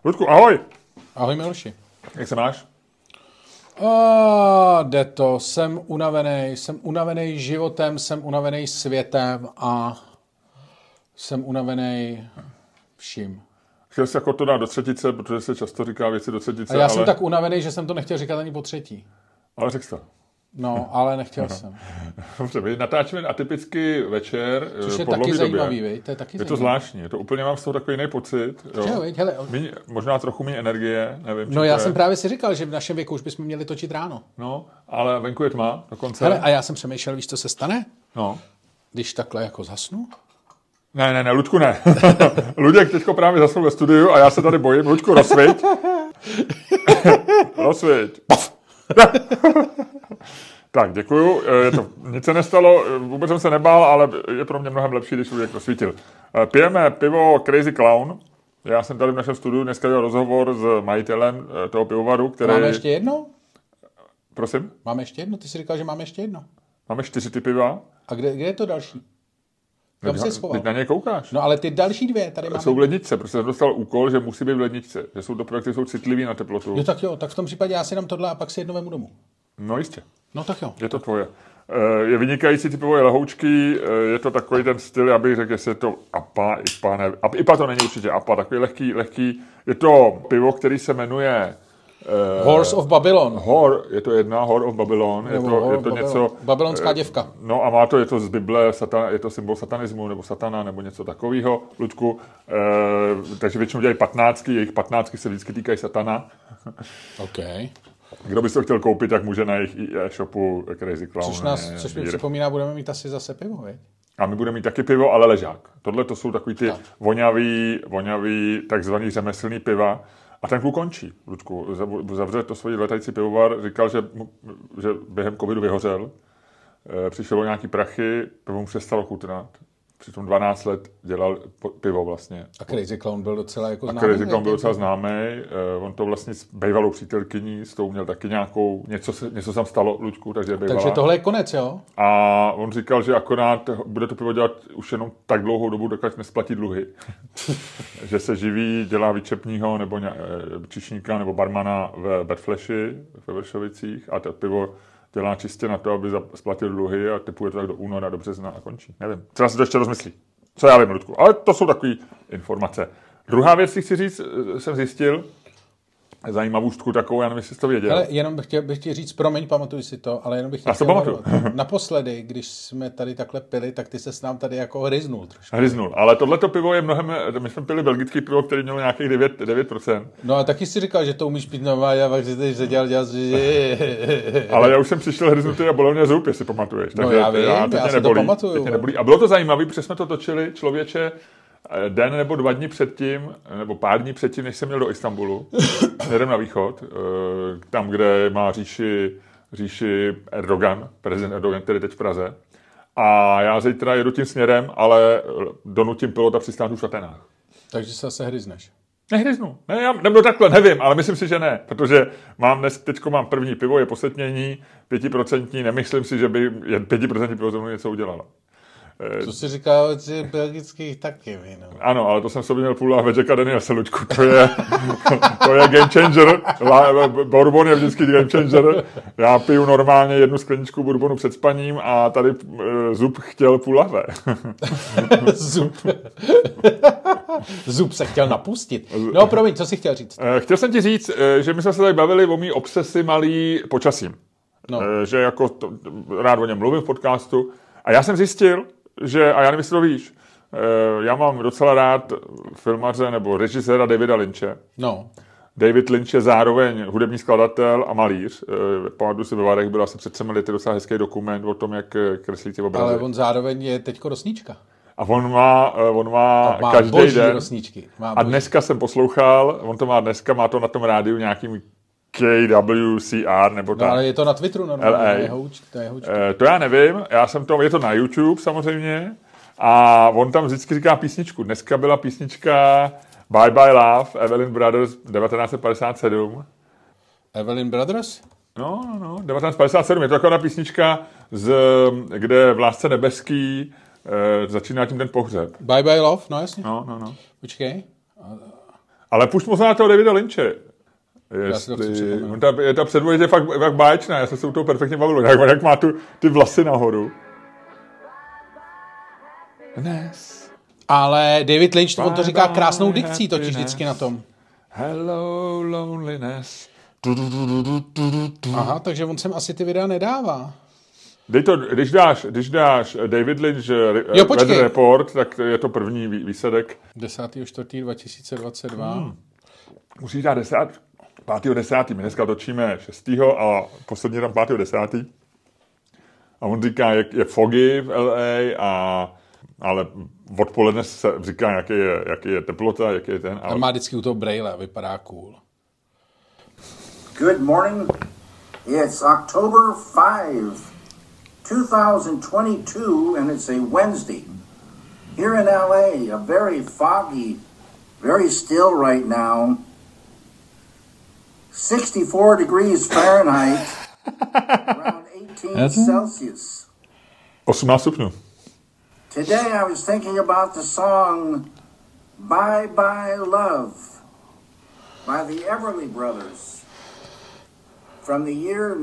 Ludku, ahoj. Ahoj Miloši. Jak se máš? Jde to, jsem unavený životem, jsem unavený světem a jsem unavený vším. Chtěl jsi jako to dát do třetice, protože se často říká věci do třetice, a já jsem tak unavený, že jsem to nechtěl říkat ani po třetí. Ale řekl jsi to. No, ale nechtěl jsem. Dobře, my natáčíme atypický večer. Což je taky zajímavý, viď? To je taky to zvláštní, to úplně mám z toho takový jiný pocit. Jo, hele. Možná trochu méně energie, nevím. No já jsem právě si říkal, že v našem věku už bychom měli točit ráno. No, ale venku je tma dokonce. Hele, a já jsem přemýšlel, víš, co se stane? No. Když takhle jako zasnu? Ne, Ludku, ne. Luděk teďko právě zasnul ve studiu a já se tady bojím. Luďku, rozsviť. Rozsviť. Tak, děkuju. Nic se nestalo, vůbec jsem se nebál, ale je pro mě mnohem lepší, když Luděk rozsvítil. Pijeme pivo Crazy Clown. Já jsem tady v našem studiu dneska dělal rozhovor s majitelem toho pivovaru, který... Máme ještě jedno? Prosím? Máme ještě jedno? Ty jsi říkal, že máme ještě jedno. Máme 4 ty piva. A kde je to další? Kam jsi schoval? Teď na ně koukáš. No ale ty další 2 tady máme. Jsou v ledničce, protože jsem dostal úkol, že musí být v ledničce. Že jsou to piva, které jsou citlivý na teplotu. Jo, tak v tom případě já si dám tohle a pak si jedno vemu domů. No jistě. No tak jo. Je to tvoje. Je vynikající typové lehoučky, je to takový ten styl, já bych řekl, jestli je to APA, IPA, ne, IPA to není určitě APA, takový lehký. Je to pivo, který se jmenuje Horse of Babylon. Je to Whore of Babylon. Je to něco... Babylonská děvka. No a je to z Bible, je to symbol satanismu, nebo satana, nebo něco takového, Ludku. Takže většinou dělají 15, jejich 15 se vždycky týkají satana. OK. Kdo by to chtěl koupit, tak může na jejich e-shopu Crazy Clown. Což mi připomíná, budeme mít asi zase pivo, viď? A my budeme mít taky pivo, ale ležák. Tohle to jsou takový ty voňavý takzvaný řemeslný piva. A ten kluk končí, Ludku. Zavře to svůj letající pivovar. Říkal, že během covidu vyhořel. Přišel o nějaký prachy, pivo mu přestalo chutnat. Přitom 12 let dělal pivo vlastně. A Crazy Clown byl docela jako známý. Crazy Clown byl docela známý. On to vlastně s bývalou přítelkyní, s tou měl taky nějakou, něco tam stalo, Luďku, takže bývala. Takže tohle je konec, jo? A on říkal, že akorát bude to pivo dělat už jenom tak dlouhou dobu, dokud nesplatí dluhy. Že se živí, dělá výčepního nebo čišníka nebo barmana v Bedfleši ve Vršovicích a to pivo dělá čistě na to, aby splatil dluhy a typuje to tak do února, do března a končí. Nevím. Třeba si to ještě rozmyslí. Co já vím, Ludku. Ale to jsou takové informace. Druhá věc, si chci říct, jsem zjistil, zajímavůstku takovou, já nevím, jestli jsi to věděl. Ale jenom bych ti říct, promiň, pamatuj si to, ale jenom bych chtěl naposledy, když jsme tady takhle pili, tak ty se s nám tady jako hryznul trošku. Hryznul, ale tohleto pivo je mnohem, my jsme pili belgický pivo, který mělo nějakých 9%. No a taky si říkal, že to umíš pít normálně a pak si teď dělal. Ale já už jsem přišel hryznutý a bolel mě zub, jestli pamatuješ. No já vím, já si to pamatuju. A bylo to zajímavé, protože jsme to točili, člověče, den nebo 2 dny předtím, nebo pár dní předtím, než jsem měl do Istanbulu, směrem na východ, tam, kde má říši Erdogan, prezident Erdogan, který teď v Praze. A já zítra jedu tím směrem, ale donutím pilota přistát už v Atenách. Takže se zase hryzneš. Nehryznu. Nebo takhle, nevím, ale myslím si, že ne, protože teďko mám první pivo, je posetnění, 5%, nemyslím si, že by 5% pivo ze mnou něco udělalo. Co jsi říkal o těch belgických taky, no. Ano, ale to jsem sobě měl půl lahve Jacka Danielse, Luďku, to je game changer, bourbon je vždycky game changer, já piju normálně 1 skleničku bourbonu před spaním a tady zub chtěl půl lahve. Zub se chtěl napustit. No promiň, co jsi chtěl říct? Chtěl jsem ti říct, že my jsme se tady bavili o mý obsesi malý počasím. No. Že jako rád o něm mluvím v podcastu a já jsem zjistil, a já nevím, jestli to víš, já mám docela rád filmaře nebo režiséra Davida Lynche. No. David Lynch je zároveň hudební skladatel a malíř. Pamatuju si ve Varech, byl asi před 3 lety docela hezký dokument o tom, jak kreslí ty obrazy. Ale on zároveň je teďko rosníčka. A on má každý den. Rosníčky. A dneska jsem poslouchal, on to má dneska, má to na tom rádiu nějakým KWCR nebo tak. No, ale je to na Twitteru normálně, to já nevím, je to na YouTube samozřejmě a on tam vždycky říká písničku. Dneska byla písnička Bye Bye Love, Evelyn Brothers 1957. Evelyn Brothers? No, 1957. Je to taková písnička, kde v Lásce nebeský začíná tím ten pohřeb. Bye Bye Love, no jasně. No. Počkej. Ale pušť možná toho Davida Lynche. Já si to chci připomenout. Ta předpověď je fakt báječná, já jsem se u toho perfektně bavil. Jak má ty vlasy nahoru. Dnes. Ale David Lynch, on to říká krásnou dikcí totiž vždycky na tom. Hello, loneliness. Aha, takže on sem asi ty videa nedává. Když dáš David Lynch Weather Report, tak je to první výsledek. 10.4.2022. Musíš dát 5.10. My dneska točíme 6. a posledně tam 5.10. A on říká, je foggy v LA, ale odpoledne se říká, jaký je teplota, jaký je ten. Ale má vždycky u toho brejle a vypadá cool. Good morning. It's October 5, 2022, and it's a Wednesday. Here in LA, a very foggy, very still right now. 64 degrees Fahrenheit, around 18 Celsius. 18 stupňů. Today I was thinking about the song Bye Bye Love by the Everly Brothers from the year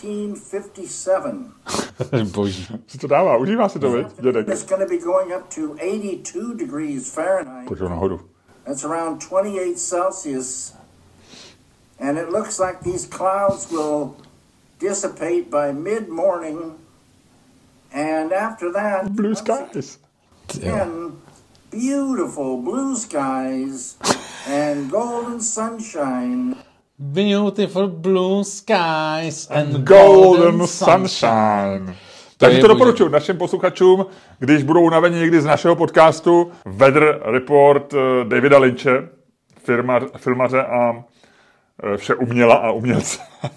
1957. Boží. Co to dává? Užívá si to, viď, dědek? It's going to be going up to 82 degrees Fahrenheit. Pojď nahoru. That's around 28 Celsius. And it looks like these clouds will dissipate by mid-morning. And after that, Blue skies. 10 beautiful blue skies and golden sunshine. Beautiful blue skies and Golden sunshine. Takže to doporučuji našim posluchačům, když budou unavení někdy z našeho podcastu Weather Report Davida Lynche, filmaře a vše uměla a umělce.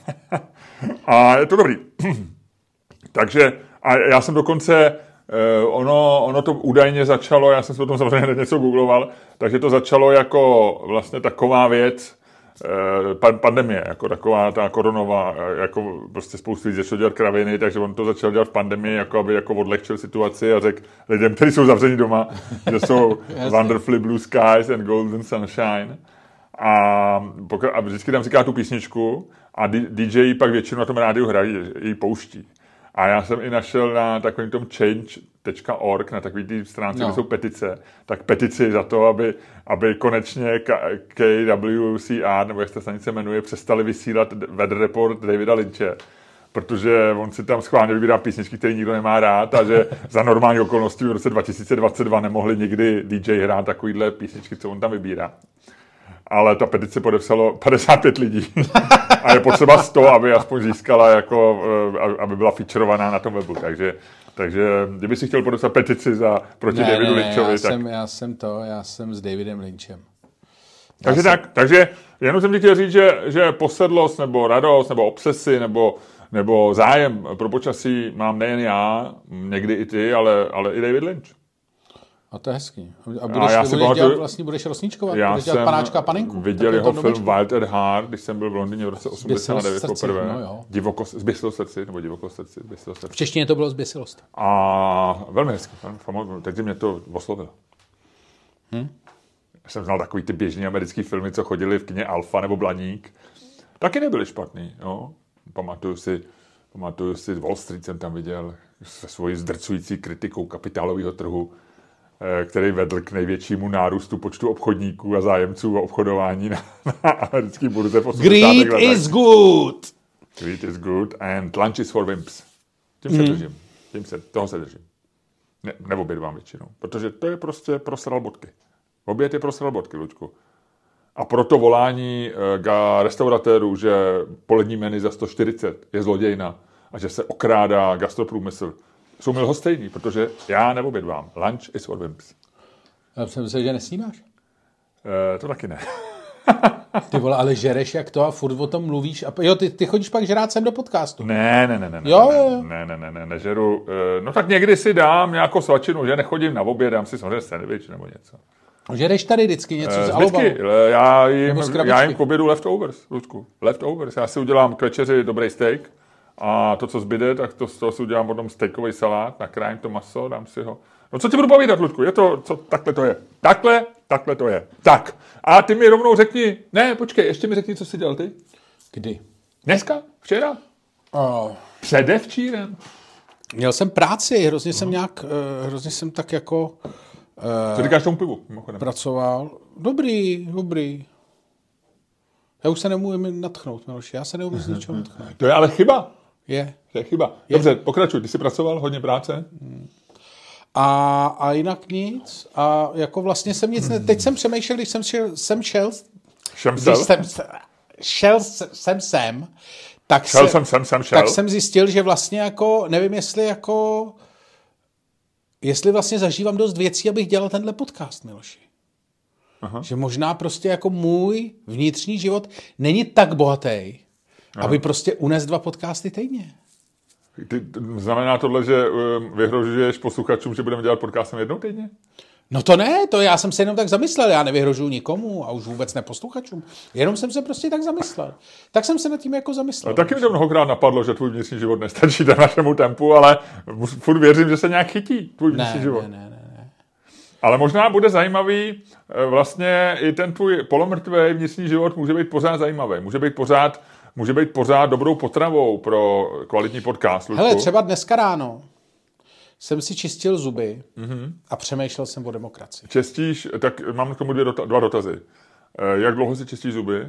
A je to dobrý. Takže a já jsem dokonce, ono to údajně začalo, já jsem si o tom samozřejmě něco googloval, takže to začalo jako vlastně taková věc, pandemie, jako taková ta koronová, jako prostě spoustu lidí začalo dělat kraviny, takže on to začal dělat v pandemii, jako aby jako odlehčil situaci a řekl lidem, kteří jsou zavření doma, že jsou wonderfully blue skies and golden sunshine. A vždycky tam říká tu písničku a DJ pak většinou na tom rádiu hrají, ji pouští. A já jsem i našel na takovým tom change.org, na takový té stránce, kde jsou petice, tak petici za to, aby konečně KWCR, nebo jak se ta stanice jmenuje, přestali vysílat Weather Report Davida Lynche, protože on si tam schválně vybírá písničky, které nikdo nemá rád a že za normální okolnosti v roce 2022 nemohli nikdy DJ hrát takovýhle písničky, co on tam vybírá. Ale ta petice podepsalo 55 lidí. A je potřeba 100, aby aspoň získala, jako, aby byla featurovaná na tom webu. Takže kdyby si chtěl podepsat petici proti Davidu Lynchovi, tak... Já jsem s Davidem Lynchem. Takže jenom jsem ti chtěl říct, že posedlost, nebo radost, nebo obsesy, nebo zájem pro počasí mám nejen já, někdy i ty, ale i David Lynch. A to je hezký. A budeš rosničkovat? Já budeš dělat panáčka a panenku? Viděl jeho film Wild at Heart, když jsem byl v Londýně v roce 89 poprvé. Zběsilo srdci. V češtině to bylo zběsilost. A velmi hezký film. Teď mě to oslovilo. Jsem znal takový ty běžný americký filmy, co chodili v kině Alfa nebo Blaník. Taky nebyly špatný. Jo? Pamatuju si Wall Street jsem tam viděl se svojí zdrcující kritikou kapitálového trhu, který vedl k největšímu nárůstu počtu obchodníků a zájemců o obchodování na americké burze v 80. letech. Greed is good! Greed is good and lunch is for wimps. Tím se držím. Toho se držím. Neobědvám většinou, protože to je prostě prosral bodky. Oběd je prosral bodky, Luďku. A proto volání restauratérů, že polední menu za 140 je zlodějna a že se okrádá gastroprůmysl, jsou mi lhostejný, protože já neobědvám. Lunch is for wimps. Já jsem myslel, že nesnímáš. To taky ne. Ty vole, ale žereš jak to a furt o tom mluvíš. A jo, ty chodíš pak žrát sem do podcastu. Ne. Jo. Nežeru. No tak někdy si dám nějakou svačinu, že nechodím na oběd, dám si samozřejmě sandwich nebo něco. Žereš tady vždycky něco z Alobalu. Já jim k obědu leftovers, Luďku. Leftovers. Já si udělám k večeři dobrý steak a to, co zbyde, tak to si udělám potom steakový salát, nakrájím to maso, dám si ho. No co ti budu povídat, Luďku? Je to, takhle to je. Takhle Takhle to je. Tak, a ty mi rovnou řekni, ne, počkej, ještě mi řekni, co jsi dělal ty. Kdy? Dneska? Včera? Předevčírem? Měl jsem práci, hrozně jsem tak jako Co říkáš tomu pivu? Mimochodem. pracoval. Dobrý. Já už se nemůžu natchnout, Miloši, já se neumím z ničeho natchnout. To je ale chyba. Je. To je chyba. Dobře, pokračuj. Ty jsi pracoval, hodně práce? A jinak nic. A jako vlastně jsem nic... Teď jsem přemýšlel, když jsem šel... Tak jsem zjistil, že vlastně jako... Nevím, jestli vlastně zažívám dost věcí, abych dělal tenhle podcast, Miloši. Aha. Že možná prostě jako můj vnitřní život není tak bohatý, aby prostě unes 2 podcasty týdně. Znamená tohle, že vyhrožuješ posluchačům, že budeme dělat podcastem jednou týdně? No to ne, to já jsem se jenom tak zamyslel, já nevyhrožuju nikomu a už vůbec ne posluchačům. Jenom jsem se prostě tak zamyslel. Tak jsem se nad tím jako zamyslel. Taky mi to mnohokrát napadlo, že tvůj vnitřní život nestačí do našemu tempu, ale furt věřím, že se nějak chytí tvůj vnitřní život. Ne. Ale možná bude zajímavý, vlastně i ten tvůj polomrtvý vnitřní život může být pořád zajímavý. Může být pořád dobrou potravou pro kvalitní podcast. Luďku. Hele, třeba dneska ráno jsem si čistil zuby a přemýšlel jsem o demokracii. Čistíš, tak mám k tomu 2 dotazy. Jak dlouho si čistíš zuby?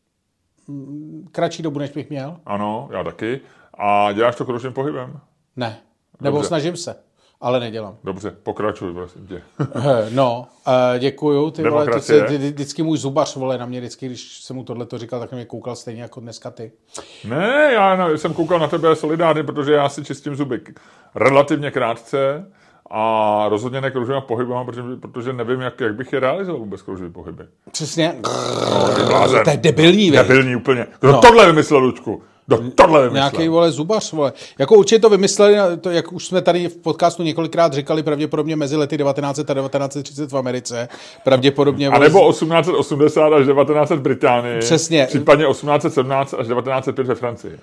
Kratší dobu, než bych měl. Ano, já taky. A děláš to kružným pohybem? Ne, nebo snažím se. Ale nedělám. Dobře, pokračuj, prosím tě. No, děkuju. Ty vole, vždycky můj zubař, vole, na mě vždycky, když jsem mu tohleto říkal, tak na mě koukal stejně jako dneska ty. Ne, já jsem koukal na tebe solidárně, protože já si čistím zuby relativně krátce a rozhodně ne kružovým pohybem, protože nevím, jak bych je realizoval vůbec kružový pohyby. Přesně. No, to je debilní, věc. Debilní úplně. Tohle vymyslel, Luďku. Nějaký, vole, zubař, vole. Jako určitě to vymysleli, to, jak už jsme tady v podcastu několikrát říkali, pravděpodobně mezi lety 1900 a 1930 v Americe. Pravděpodobně... A nebo 1880 až 1900 v Británii. Přesně. Případně 1817 až 1905 ve Francii.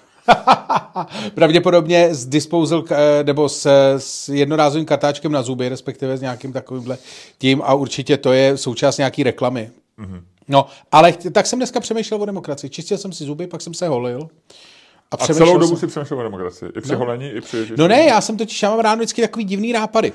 Pravděpodobně s disposal, nebo s jednorázovým kartáčkem na zuby, respektive s nějakým takovýmhle tím, a určitě to je součást nějaký reklamy. Mm-hmm. No, ale tak jsem dneska přemýšlel o demokracii. Čistil jsem si zuby, pak jsem se holil. A celou dobu si přemýšlel o demokracii? I při holení, i při... No ne, já mám ráno vždycky takový divný nápady.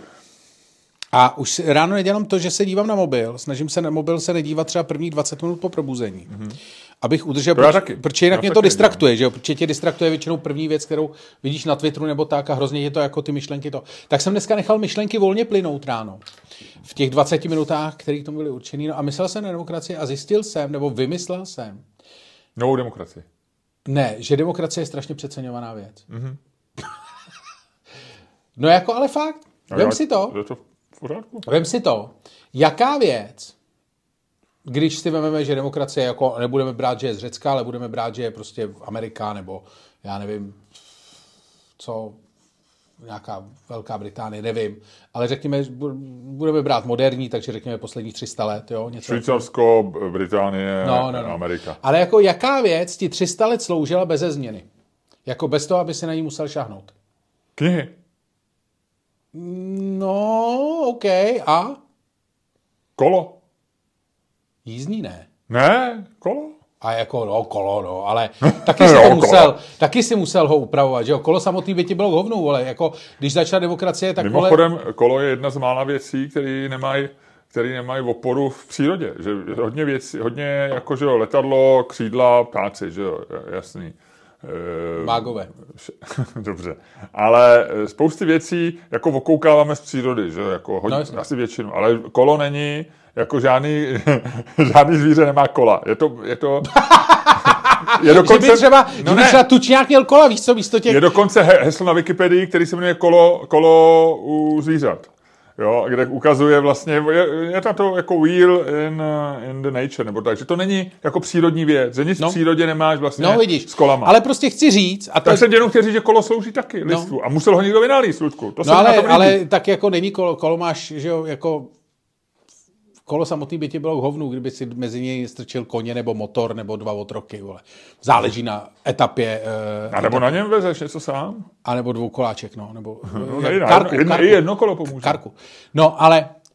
A už ráno nedělám to, že se dívám na mobil. Snažím se na mobil se nedívat třeba první 20 minut po probuzení. Mm-hmm. Abych udržel, protože jinak mě to distraktuje, že jo? Protože tě distraktuje většinou první věc, kterou vidíš na Twitteru nebo tak a hrozně je to jako ty myšlenky to. Tak jsem dneska nechal myšlenky volně plynout ráno. V těch 20 minutách, které tomu byly určený. No a myslel jsem na demokracii a zjistil jsem, nebo vymyslel jsem. Novou demokracii. Ne, že demokracie je strašně přeceňovaná věc. Mm-hmm. No jako ale fakt. Vem si to. Je to v pořádku? Vem si to. Jaká věc, když si vememe, že demokracie jako nebudeme brát, že je z Řecka, ale budeme brát, že je prostě Amerika, nebo já nevím, co, nějaká Velká Británie, nevím. Ale řekněme, budeme brát moderní, takže řekněme posledních 300 let. Jo? Švýcarsko, Británie, Amerika. Ale jako jaká věc ti 300 let sloužila beze změny? Jako bez toho, aby si na ní musel šáhnout. Knihy. No, OK. A? Kolo. Jízdní ne. Ne, kolo. A jako, kolo, ale taky si to musel, taky si musel ho upravovat, že jo? Kolo samotný by ti bylo hovnou, ale jako, když začala demokracie, tak mimochodem, kolo je jedna z mála věcí, které nemají oporu v přírodě, že hodně jako, že jo, letadlo, křídla, ptáci, že jo, jasný. Mágové. Dobře. Ale spousty věcí jako okoukáváme z přírody, že jako hodně, asi většinu, ale kolo není, jako žádný zvíře nemá kola. Je to je dokonce, že by třeba tučňák měl kola, víš co, místo těch... Je dokonce heslo na Wikipedii, který se jmenuje kolo u zvířat. Jo, kde ukazuje vlastně, je to jako wheel in the nature, nebo tak, že to není jako přírodní věc, že nic v přírodě nemáš vlastně s kolama. Ale prostě chci říct... Tak jsem jenom chtěl říct, že kolo slouží taky lidstvu a musel ho někdo vynálít, Ludku. To ale tak jako není kolo máš, že jo, jako... Kolo samotný by ti bylo hovnu, kdyby si mezi něj strčil koně nebo motor nebo 2 otroky, vole. Záleží na etapě. A nebo na něm vezeš něco sám? A nebo 2 koláček, nebo karku. I jedno kolo pomůže. Karku. No, ale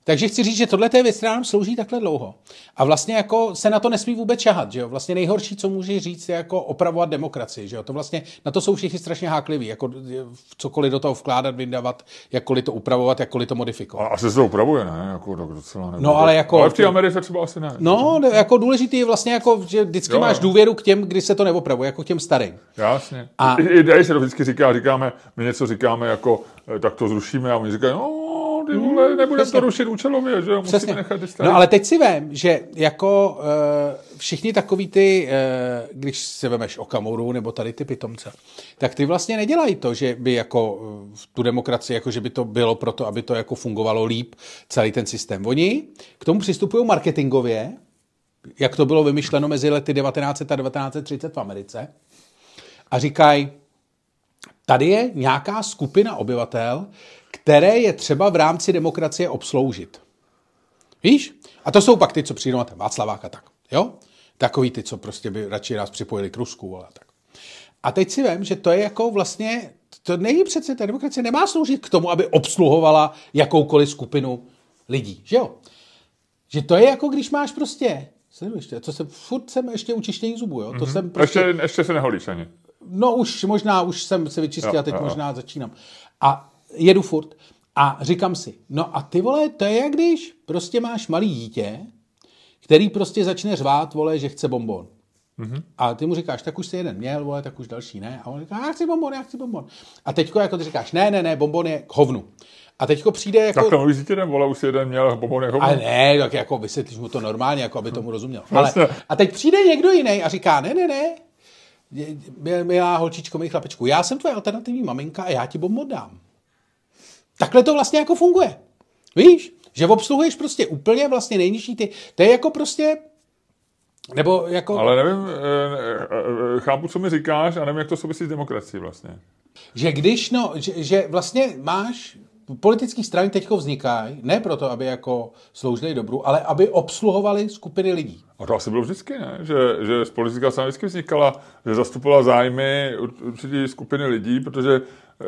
Takže chci říct, že tohle je věc, která nám slouží takhle dlouho. A vlastně jako se na to nesmí vůbec šahat, že jo? Vlastně nejhorší, co může říct, je jako opravovat demokracii, že jo? To vlastně, na to jsou všichni strašně hákliví, jako cokoliv do toho vkládat, vydávat, jakkoliv to upravovat, jakkoliv to modifikovat. A asi se to upravuje, ne? Jako docela nebude. No, ale jako... Ale v té Americe třeba asi ne. No, jako důležitý je vlastně jako, že vždycky máš důvěru k těm, kdy se to neopravuje, jako k těm starým. Jasně. A i tady se to vždycky říkáme, my něco říkáme jako, tak to zrušíme a oni říkají, no, ty vole, nebudeme to rušit účelově, že jo, musíme nechat ty staré. No ale teď si vem, že jako všichni takový ty, když si vemeš Okamuru nebo tady ty pitomce, tak ty vlastně nedělají to, že by jako tu demokracii, jako že by to bylo proto, aby to jako fungovalo líp, celý ten systém. Oni k tomu přistupují marketingově, jak to bylo vymyšleno mezi lety 1900 a 1930 v Americe, a říkají, tady je nějaká skupina obyvatel, které je třeba v rámci demokracie obsloužit. Víš? A to jsou pak ty, co přijdou na ten Václavák a tak. Jo? Takový ty, co prostě by radši nás připojili k Rusku. Ale tak. A teď si vem, že to je jako vlastně, to není přece, ta demokracie nemá sloužit k tomu, aby obsluhovala jakoukoliv skupinu lidí. Že jo? Že to je jako, když máš prostě, furt jsem ještě u čištění zubů, jo? To jsem prostě, ještě se neholíš ani. No možná už jsem se vyčistil a teď možná začínám. A jedu furt a říkám si, no a ty vole, to je jak když prostě máš malý dítě, který prostě začne řvát, vole, že chce bonbon. Mm-hmm. A ty mu říkáš, tak už si jeden měl, vole, tak už další ne. A on říká, já chci bonbon. A teďko jako ty říkáš, ne, bonbon je k hovnu. A teďko přijde jako... Tak to mluvíš dítě, vole, už si jeden měl, bonbon je hovnu. Ale ne, tak jako vysvětlíš mu to normálně, jako aby tomu rozuměl. Ale, a teď přijde někdo jiný a říká, ne, milá holčičko, milý chlapečku, já jsem tvoje alternativní maminka a já ti bonbon dám. Takhle to vlastně jako funguje. Víš? Že obsluhuješ prostě úplně vlastně nejnižší ty. To je jako prostě... Nebo jako... Ale nevím, chápu, co mi říkáš a nevím, jak to souvisí s demokracií vlastně. Že když, že vlastně máš... Politické strany teďko vznikají, ne proto, aby jako sloužili dobru, ale aby obsluhovali skupiny lidí. A to asi bylo vždycky, ne? Že politická strana vždycky vznikala, že zastupovala zájmy určitě skupiny lidí, protože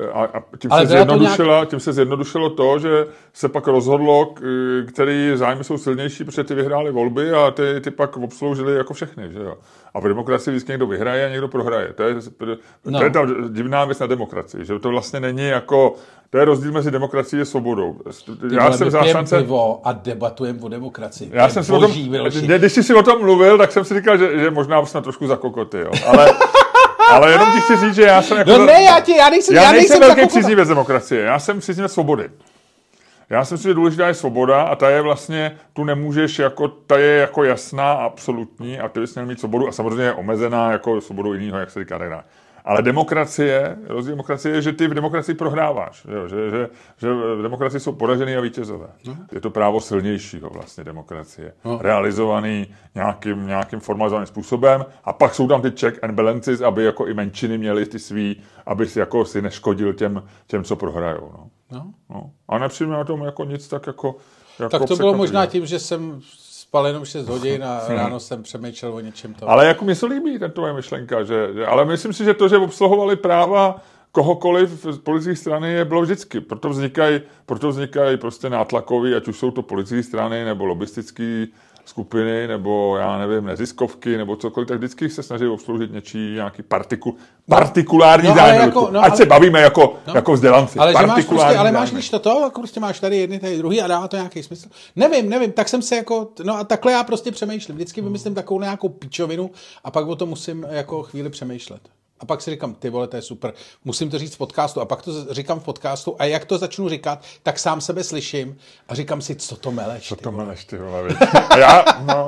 tím se zjednodušilo to, že se pak rozhodlo, který zájmy jsou silnější, protože ty vyhráli volby a ty pak obsloužili jako všechny, že jo. A v demokracii vždycky někdo vyhraje a někdo prohraje. To je ta divná věc na demokracii, že to vlastně není jako... To je rozdíl mezi demokracií a svobodou. Já jsem zástánce a debatujeme o demokracii. Já jsem si o tom, když jsi o tom mluvil, tak jsem si říkal, že možná jsme trošku za kokoty, jo. Ale jenom ti chci říct, že já jsem jako... No ne, já nejsem velký příznivec demokracie. Já jsem příznivec svobody. Já si myslím, že důležitá je svoboda a ta je vlastně, tu nemůžeš jako, ta je jako jasná, absolutní a ty bys měl mít svobodu a samozřejmě je omezená jako svobodu jiného, jak se říká, tak dále. Ale rozdíl demokracie je, že ty v demokracii prohráváš. Že v demokracii jsou poražený a vítězové. Je to právo silnějšího vlastně demokracie. Realizovaný nějakým formalizovaným způsobem a pak jsou tam ty check and balances, aby jako i menšiny měly ty svý, aby si jako si neškodil těm co prohrajou. No. A nepřijde na tom jako nic tak jako tak to bylo možná tím, že jsem spal jenom 6 hodin a ráno jsem přemýšlel o něčem tom. Ale jako mi se líbí ta tvoje myšlenka, ale myslím si, že to, že obsluhovali práva kohokoliv z politické strany bylo vždycky. Proto vznikají prostě nátlakový, ať už jsou to politické strany nebo lobistické skupiny, nebo já nevím, neziskovky, nebo cokoliv, tak vždycky se snaží obsloužit nějaký partikulární zájem. Ať se bavíme jako vzdělanci. Ale máš když to, jako prostě máš tady jedny, tady druhý a dává to nějaký smysl. Nevím, tak jsem se jako, a takhle já prostě přemýšlím. Vždycky vymyslím takovou nějakou pičovinu a pak o tom musím jako chvíli přemýšlet. A pak si říkám, ty vole, to je super, musím to říct v podcastu. A pak to říkám v podcastu a jak to začnu říkat, tak sám sebe slyším a říkám si, co to meleš, ty vole. A já,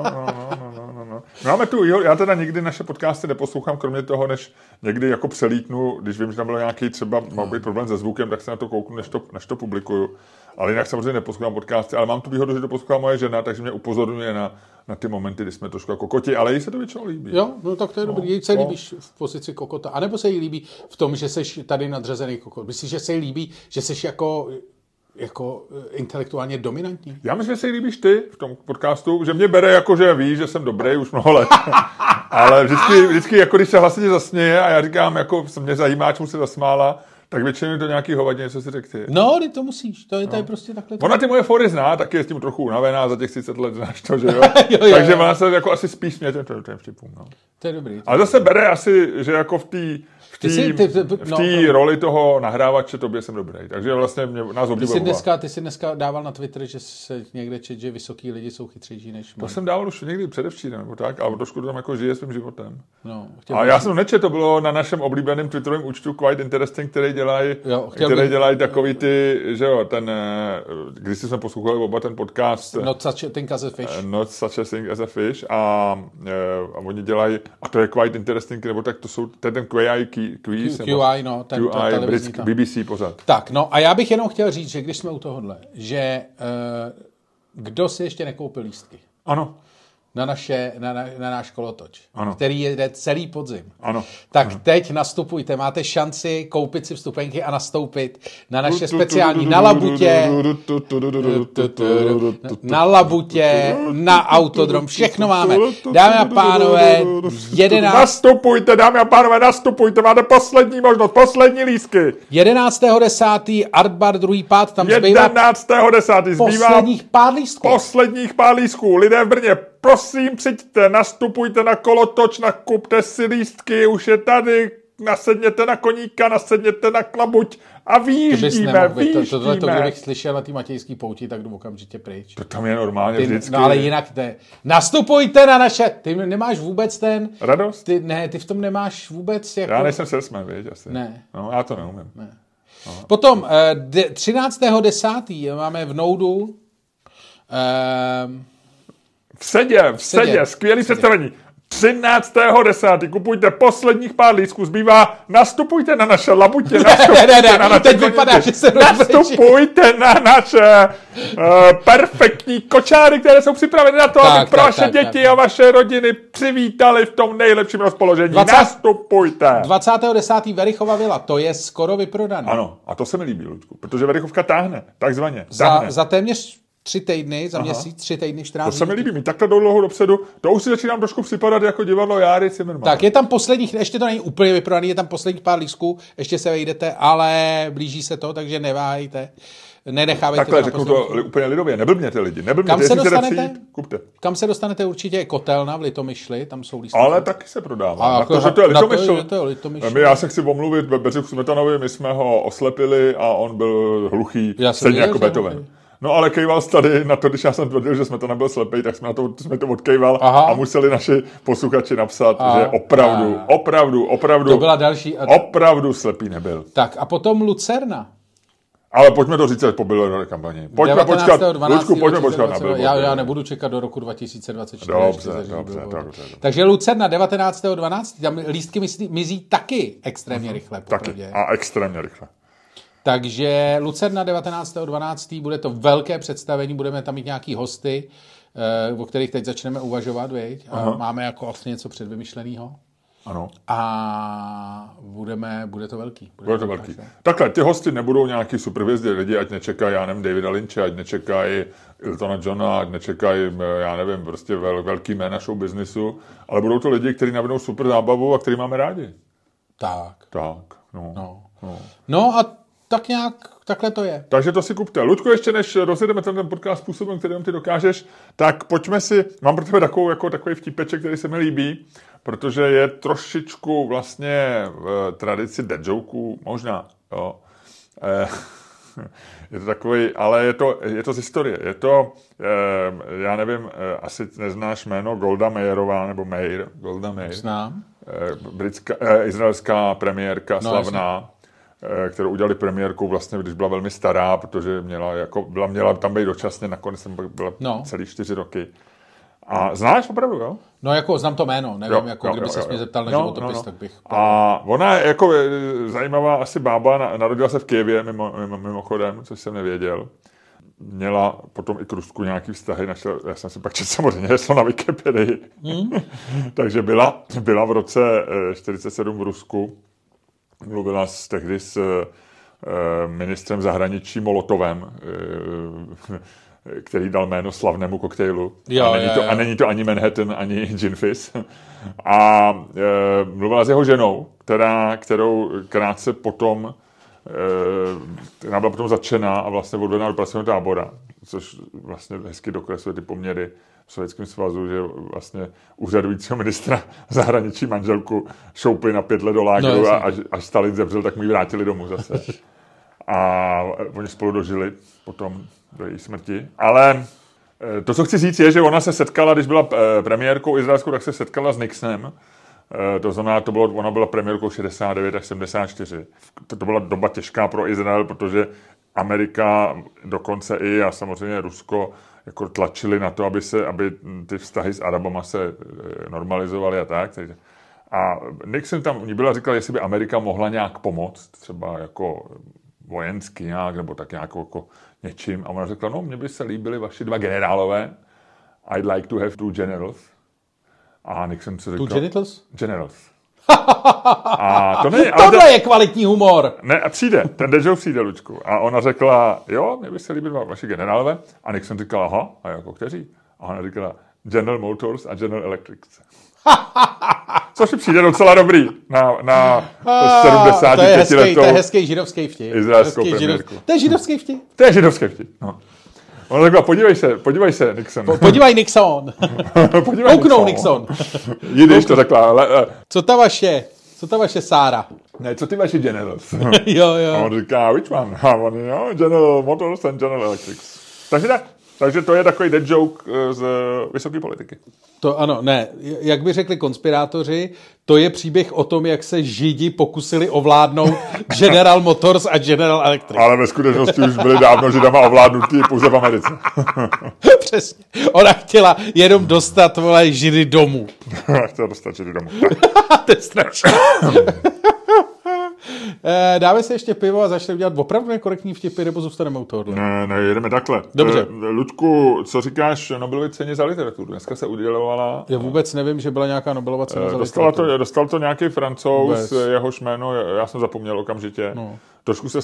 no. Máme tu, já teda nikdy naše podcasty neposlouchám, kromě toho, než někdy jako přelítnu, když vím, že tam byl nějaký třeba má být problém se zvukem, tak se na to kouknu, než to publikuju. Ale jinak samozřejmě neposlouchám podcasty, ale mám tu výhodu, že to poslouchá moje žena, takže mě upozorňuje na ty momenty, kdy jsme trošku jako kokoti, ale jí se to většinou líbí. Jo, no tak to je dobrý. Jí se líbíš v pozici kokota, anebo se jí líbí v tom, že jsi tady nadřazený kokot. Myslíš, že se jí líbí, že jsi jako intelektuálně dominantní? Já myslím, že se jí líbíš ty v tom podcastu, že mě bere jako, že ví, že jsem dobrý už mnoho let. Ale vždycky jako když se hlasitě zasměje a já říkám, jako mě zajímá, čemu se zasmála, Tak většinou je to nějaký hovadně, co si řekl ty. No, ty to musíš, to je tady prostě takhle. Ona ty moje fory zná, taky je s tím trochu unavená za těch 30 let, znáš to, že jo? jo. Takže ona se jako asi spíš směje těm vtipům, no. To je dobrý. Ale zase bere asi, že jako v té roli toho nahrávače tobě jsem dobrý. Takže vlastně nás oblíbil. Ty jsi dneska dával na Twitter, že se někde čet, že vysoký lidi jsou chytřejší než to jsem dával už někdy předevčírem, nebo tak, ale trošku to tam jako žije svým životem. No, a já jsem nečetl, to bylo na našem oblíbeném Twitterovém účtu Quite Interesting, který dělají takový ty, že jo, ten, když jsme poslouchali oba ten podcast Not Such a Thing as a Fish. Not Such a Thing as a Fish a oni dělají, a to je Quite Interesting, nebo tak to jsou ten QI, no, ten televizní BBC pořad. Tak, no a já bych jenom chtěl říct, že když jsme u tohohle, že kdo si ještě nekoupil lístky? Ano. Na náš kolotoč, ano. Který jede celý podzim. Ano. Tak ano. teď nastupujte, máte šanci koupit si vstupenky a nastoupit na naše speciální na Labutě, na Autodrom, všechno máme. Dámy a pánové, 11. Nastupujte, dámy a pánové, nastupujte, máte poslední možnost, poslední lístky. 11.10. Artbar, druhý pád, tam zbývá 11.10. posledních pár lístků. Lidé v Brně, prosím, přijďte, nastupujte na kolotoč, nakupte si lístky, už je tady, nasedněte na koníka, nasedněte na klabuť a vyjíždíme. Tohle, kdybych slyšel na té Matějský pouti, tak jdu okamžitě pryč. To tam je normálně vždycky. No ale jinak nastupujte na naše, ty nemáš vůbec ten... Radost? Ty v tom nemáš vůbec jako... Já nejsem salesman, víš, asi. Ne. No, já to neumím. Ne. Potom 13.10. máme v Noudu v sedě, skvělý představení. 13.10. kupujte posledních pár lístků, zbývá, nastupujte na naše labutě, nastupujte na naše teď vypadá, že se nastupujte na naše perfektní kočáry, které jsou připraveny na to, aby pro vaše děti a vaše rodiny přivítali v tom nejlepším rozpoložení. Nastupujte. 20.10. Verichova vila, to je skoro vyprodané. Ano, a to se mi líbí, Luďku, protože Verichovka táhne, takzvaně. Za téměř 3 týdny, za měsíc, 3 týdny, 14 dní. To se mi líbí, mít takhle dlouho dopředu, to už si začínám trošku připadat jako divadlo Járy Cimrman. Tak je tam posledních, ještě to není úplně vyprodaný, je tam posledních pár lístků, ještě se vejdete, ale blíží se to, takže neváhejte. Nenechávejte takhle, řeknu to úplně lidově, neblbněte lidi, Kam se dostanete? Přijít, kupte. Kam se dostanete určitě Kotelna v Litomyšli, tam jsou lístky. Ale taky se prodává. Na to, že to je Litomyšl. Já se chci omluvit Bedřichu Smetanovi, my jsme ho oslepili a on byl hluchý, stejně jako Beethoven. No ale kejval tady na to, když já jsem tvrdil, že jsme to nebyl slepej, tak jsme to odkejval a museli naši posluchači napsat, že opravdu to byla další opravdu slepý nebyl. Tak a potom Lucerna. Ale pojďme to říct po billboardové kampani. Pojďme počkat. Luďku, pojďme počkat na billboard. Já nebudu čekat do roku 2024. Dobře. Takže Lucerna 19.12. Tam lístky mizí taky extrémně rychle. Taky a extrémně rychle. Takže Lucerna 19.12. bude to velké představení, budeme tam mít nějaký hosty, o kterých teď začneme uvažovat, viď? A máme jako vlastně něco předvymyšleného. Ano. A bude to velký. Bude to velký. Takhle, ty hosty nebudou nějaký superhvězdy, lidi, ať nečekají, já nevím, Davida Lynche, ať nečekají Eltona Johna, ať nečekají, já nevím, prostě velký jména show businessu, ale budou to lidi, kteří nabídnou super zábavu a který máme rádi. Tak, no a tak nějak, takhle to je. Takže to si kupte. Ludku, ještě než rozjedeme ten podcast způsobem, kterým ty dokážeš, tak pojďme si, mám pro tebe takový vtipeček, který se mi líbí, protože je trošičku vlastně v tradici dead jokeů, možná, jo. Je to takový, ale je to z historie. Je to, já nevím, asi neznáš jméno Golda Meirová, nebo Golda Meir. Znám. Izraelská premiérka, slavná. Kterou udělali premiérkou vlastně, když byla velmi stará, protože měla tam být dočasně, nakonec tam byla celý 4 roky. A znáš opravdu, jo? No jako znám to jméno, nevím, kdyby se mě zeptal na životopis, tak bych... A ona je jako zajímavá asi bába, narodila se v Kyjevě mimochodem, což jsem nevěděl. Měla potom i k Rusku nějaký vztahy, já jsem si pak četl samozřejmě heslo na Wikipedii. Takže byla v roce 1947 v Rusku. Mluvila tehdy s ministrem zahraničí Molotovem, který dal jméno slavnému koktejlu. A není to ani Manhattan, ani Gin Fizz. A mluvila s jeho ženou, kterou krátce potom která byla potom zatčená a vlastně odvedena do pracovního tábora, což vlastně hezky dokresluje ty poměry v Sovětském svazu, že vlastně úřadujícího ministra zahraničí manželku šoupli na 5 let do lágru a až Stalin zemřel, tak mu ji vrátili domů zase. A oni spolu dožili potom do její smrti. Ale to, co chci říct, je, že ona se setkala, když byla premiérkou izraelskou, tak se setkala s Nixonem. To znamená, ona byla premiérkou 69 až 74. To byla doba těžká pro Izrael, protože Amerika, dokonce i a samozřejmě Rusko jako tlačili na to, aby ty vztahy s Arabama se normalizovaly a tak. A Nixon tam říkal, jestli by Amerika mohla nějak pomoct, třeba jako vojensky nějak, nebo tak nějak jako něčím. A ona řekla, no, mně by se líbily vaši 2 generálové. I'd like to have 2 generals. A Nixon se řekl... 2 genitals? Generals. A to není, tohle je kvalitní humor. Ne, a přijde, ten Dežou přijde, Lučku. A ona řekla, jo, mně by se líbily vaši generálové. A Nixon říkal, aha, a jako kteří? A ona říkala, General Motors a General Electric. Což mi přijde docela dobrý na 75 letou. To je hezký židovský vtip. Izraelskou premiérku. To je židovský vtip. To je židovský vtip, no. Ona řekla, podívej se, Nixon. Podívej, Nixon. Kouknou, Nixon. Jidiš to řekla. Co ta vaše Sára? Ne, co ty vaši generals? jo. A on říká, which one? A on, General Motors and General Electric. Takže to je takový dead joke z vysoké politiky. To ano, ne. Jak by řekli konspirátoři, to je příběh o tom, jak se Židi pokusili ovládnout General Motors a General Electric. Ale ve skutečnosti už byli dávno Židama ovládnutí pouze v Americe. Přesně. Ona chtěla jenom dostat, Židy domů. Chtěla dostat Židy domů. To je strašné. Dáme si ještě pivo a začneme dělat opravdu nekorektní vtipy, nebo zůstaneme u tohohle? Ne, jedeme takhle. Dobře. Luďku, co říkáš Nobelově ceně za literaturu? Dneska se udělovala... Já vůbec nevím, že byla nějaká Nobelova cena za literaturu. Dostal to nějaký Francouz, jehož jméno, já jsem zapomněl okamžitě. No. Trošku se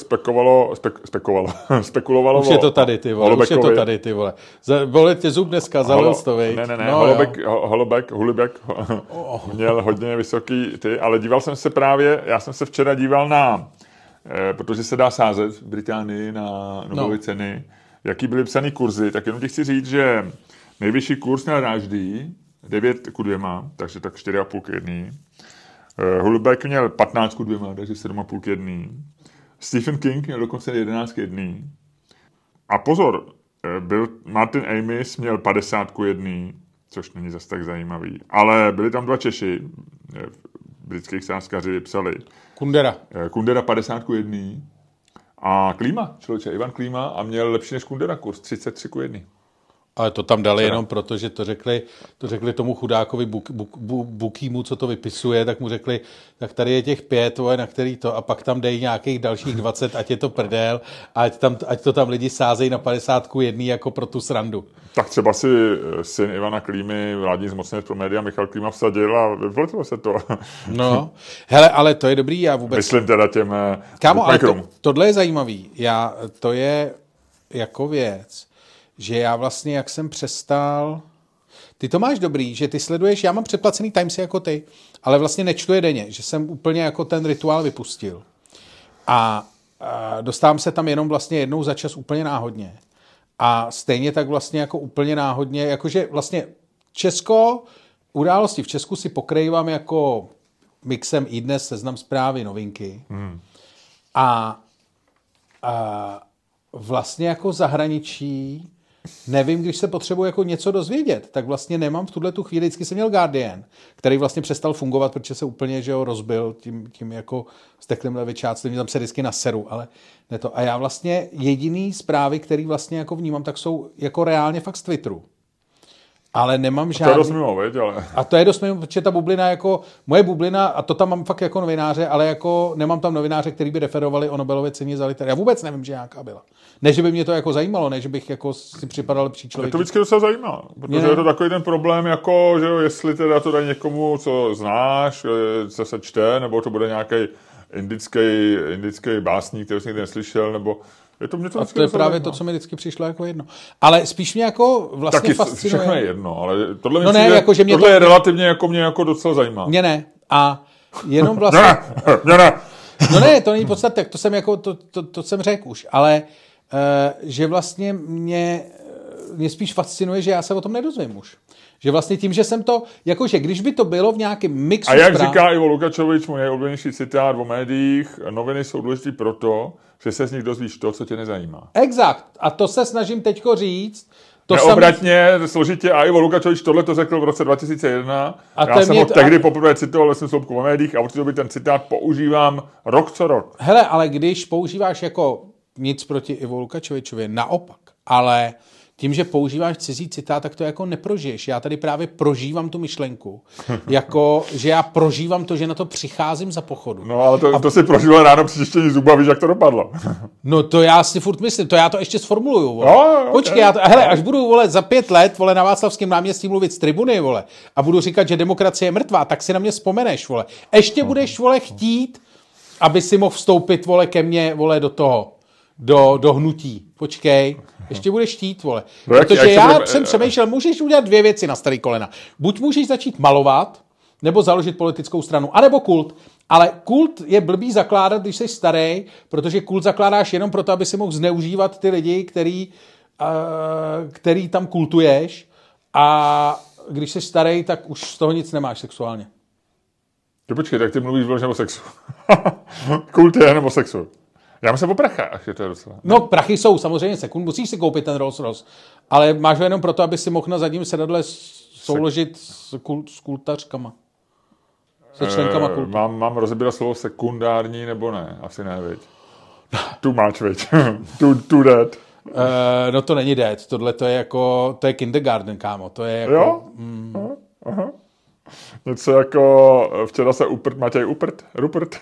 spekulovalo. Už je to tady, ty vole. Vole tě zub dneska, zalil to, vej. Ne, Hulibek měl hodně vysoký ale díval jsem se právě, já jsem se včera díval protože se dá sázet v Británii na Nobelovy ceny, jaký byly psaný kurzy, tak jenom ti chci říct, že nejvyšší kurz měl Ráždý, 9:2, takže tak 4,5 k 1. Hulibek měl 15:2, takže 7,5 k 1. Stephen King měl dokonce 11 k 1. A pozor, Martin Amis měl 50 k 1, což není zas tak zajímavý. Ale byli tam 2 Češi, britských sázkaři psali. Kundera 50 k 1. A Klíma, Ivan Klíma, a měl lepší než Kundera kurz, 33 k 1. Ale to tam dali jenom proto, že to řekli tomu chudákovi Bukímu, co to vypisuje, tak mu řekli, tak tady je těch 5, na který to, a pak tam dej nějakých dalších 20, ať je to prdel, ať to tam lidi sázejí na 50 k 1 jako pro tu srandu. Tak třeba si syn Ivana Klímy, vládní zmocněnec pro média, Michal Klíma, vsadil a vyplatilo se to. No, hele, ale to je dobrý, já vůbec... Myslím teda těm... Kámo, ale tohle je zajímavý. To je jako věc, že já vlastně, jak jsem přestal... Ty to máš dobrý, že ty sleduješ, já mám předplacený Timesy jako ty, ale vlastně nečtu je denně, že jsem úplně jako ten rituál vypustil. A dostávám se tam jenom vlastně jednou za čas úplně náhodně. A stejně tak vlastně jako úplně náhodně, jakože vlastně události v Česku si pokrývám jako mixem iDnes, Seznam Zprávy, Novinky. A vlastně jako zahraničí nevím, když se potřebuji jako něco dozvědět, tak vlastně nemám v tuhletu chvíli. Vždycky jsem měl Guardian, který vlastně přestal fungovat, protože se úplně rozbil tím jako steklým levičáctvím, tam se vždycky naseru, ale ne to. A já vlastně jediný zprávy, který vlastně jako vnímám, tak jsou jako reálně fakt z Twitteru. Ale nemám žádný... To je dost mimo, viď, ale... A to je dost mimo, protože ta bublina jako... Moje bublina, a to tam mám fakt jako novináře, ale jako nemám tam novináře, který by referovali o Nobelově ceně za literaturu. Já vůbec nevím, že nějaká byla. Ne, že by mě to jako zajímalo, ne, že bych jako si připadal lepší člověk. Je to vždycky docela zajímá, protože je to takový ten problém, jako, že jestli teda to dají někomu, co znáš, co se čte, nebo to bude nějaký indický básník, který jsi nikdy neslyšel, nebo... A to je právě to, co mi vždycky přišlo jako jedno. Ale spíš mě jako vlastně taky fascinuje. Všechno je jedno, ale tohle, no ne, jako, že tohle je relativně jako mě jako docela zajímá. Mě ne. A jenom vlastně... Ne. No ne, to není podstatné, to jsem jako, to jsem řekl už, ale že vlastně mě spíš fascinuje, že já se o tom nedozvím už. Že vlastně tím, že jsem to, jakože když by to bylo v nějakém mixu... A jak říká Ivo Lukačovič, můj nejoblíbenější citát o médiích, noviny jsou důležitý proto, že se z nich dozvíš to, co tě nezajímá. Exakt. A to se snažím teďko říct. Neobratně, složitě, a Ivo Lukačovič tohle to řekl v roce 2001. Já jsem ho tehdy poprvé citoval ve svém sloupku o médiích a od té doby ten citát používám rok co rok. Hele, ale když používáš jako nic proti Ivo Lukačovičovi, naopak, ale tím, že používáš cizí citát, tak to jako neprožiješ. Já tady právě prožívám tu myšlenku. Jako, že já prožívám to, že na to přicházím za pochodu. No, ale to si prožíval ráno při čištění zuba, víš, jak to dopadlo. No, to já si furt myslím, to já to ještě sformuluju, vole. No, počkej, hele, až budu, vole, za 5 let, vole, na Václavském náměstí mluvit z tribuny, vole, a budu říkat, že demokracie je mrtvá, tak si na mě vzpomeneš, vole. Ještě budeš, vole, chtít, aby si mohl vstoupit, vole, ke mně, vole, do toho, do hnutí. Počkej, ještě budeš chtít, vole. Protože já jsem přemýšlel, můžeš udělat 2 věci na starý kolena. Buď můžeš začít malovat, nebo založit politickou stranu, anebo kult. Ale kult je blbý zakládat, když jsi starý, protože kult zakládáš jenom proto, aby si mohl zneužívat ty lidi, který tam kultuješ, a když jsi starý, tak už z toho nic nemáš sexuálně. Počkej, tak ty mluvíš vyloženě o sexu. Kult je jenom o sexu. Já myslím o prachách, je to docela. No, prachy jsou samozřejmě sekund, musíš si koupit ten Rolls Royce, ale máš ho jenom proto, aby si mohl na zadním sedadle souložit s kultařkama. Se členkama kultu. Mám rozebírat slovo sekundární, nebo ne? Asi ne, viď? Too much, viď? Too dead. No to není dead, tohle to je jako, to je kindergarten, kámo, to je jako... Jo? Aha. Něco jako, včera se Matěj Rupert.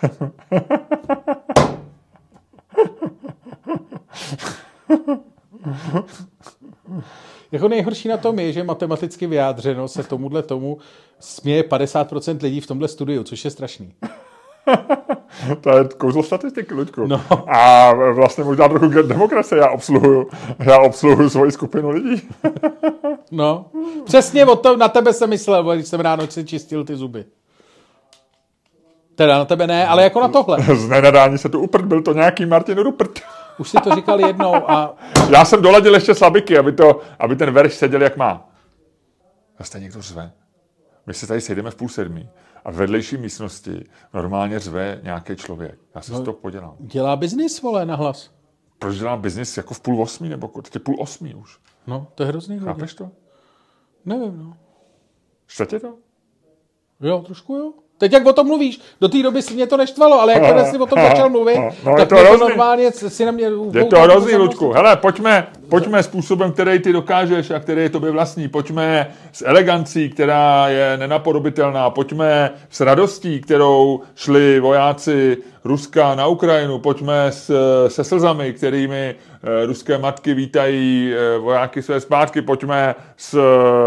Jako nejhorší na tom je, že matematicky vyjádřeno se tomu směje 50% lidí v tomhle studiu, což je strašný. To je kouzlo statistiky, Luďku. No. A vlastně možná trochu demokracie. Já obsluhuju svoji skupinu lidí. No, přesně o to na tebe jsem myslel, když jsem ráno si čistil ty zuby. Teda na tebe ne, ale jako na tohle. Z nenadání se tu uprt, byl to nějaký Martin Rupert. Už si to říkal jednou a... Já jsem doladil ještě slabiky, aby ten verš seděl jak má. Zase někdo řve. My se tady sejdeme v 6:30 a v vedlejší místnosti normálně řve nějaký člověk. Já si to podělám. Dělá biznis, vole, na hlas. Proč dělá biznis jako v 7:30 nebo teď je 7:30 už? No, to je hrozný. Chápeš to? Nevím, no. Štve to? Jo, trošku jo. Teď jak o tom mluvíš, do té doby si mě to neštvalo, ale jak jsi o tom začal mluvit, tak mě to normálně si na mě... Je to hrozný, Luďku. Hele, pojďme způsobem, který ty dokážeš a který je tobě vlastní. Pojďme s elegancí, která je nenapodobitelná. Pojďme s radostí, kterou šli vojáci Ruska na Ukrajinu. Pojďme se slzami, kterými ruské matky vítají vojáky své zpátky. Pojďme s...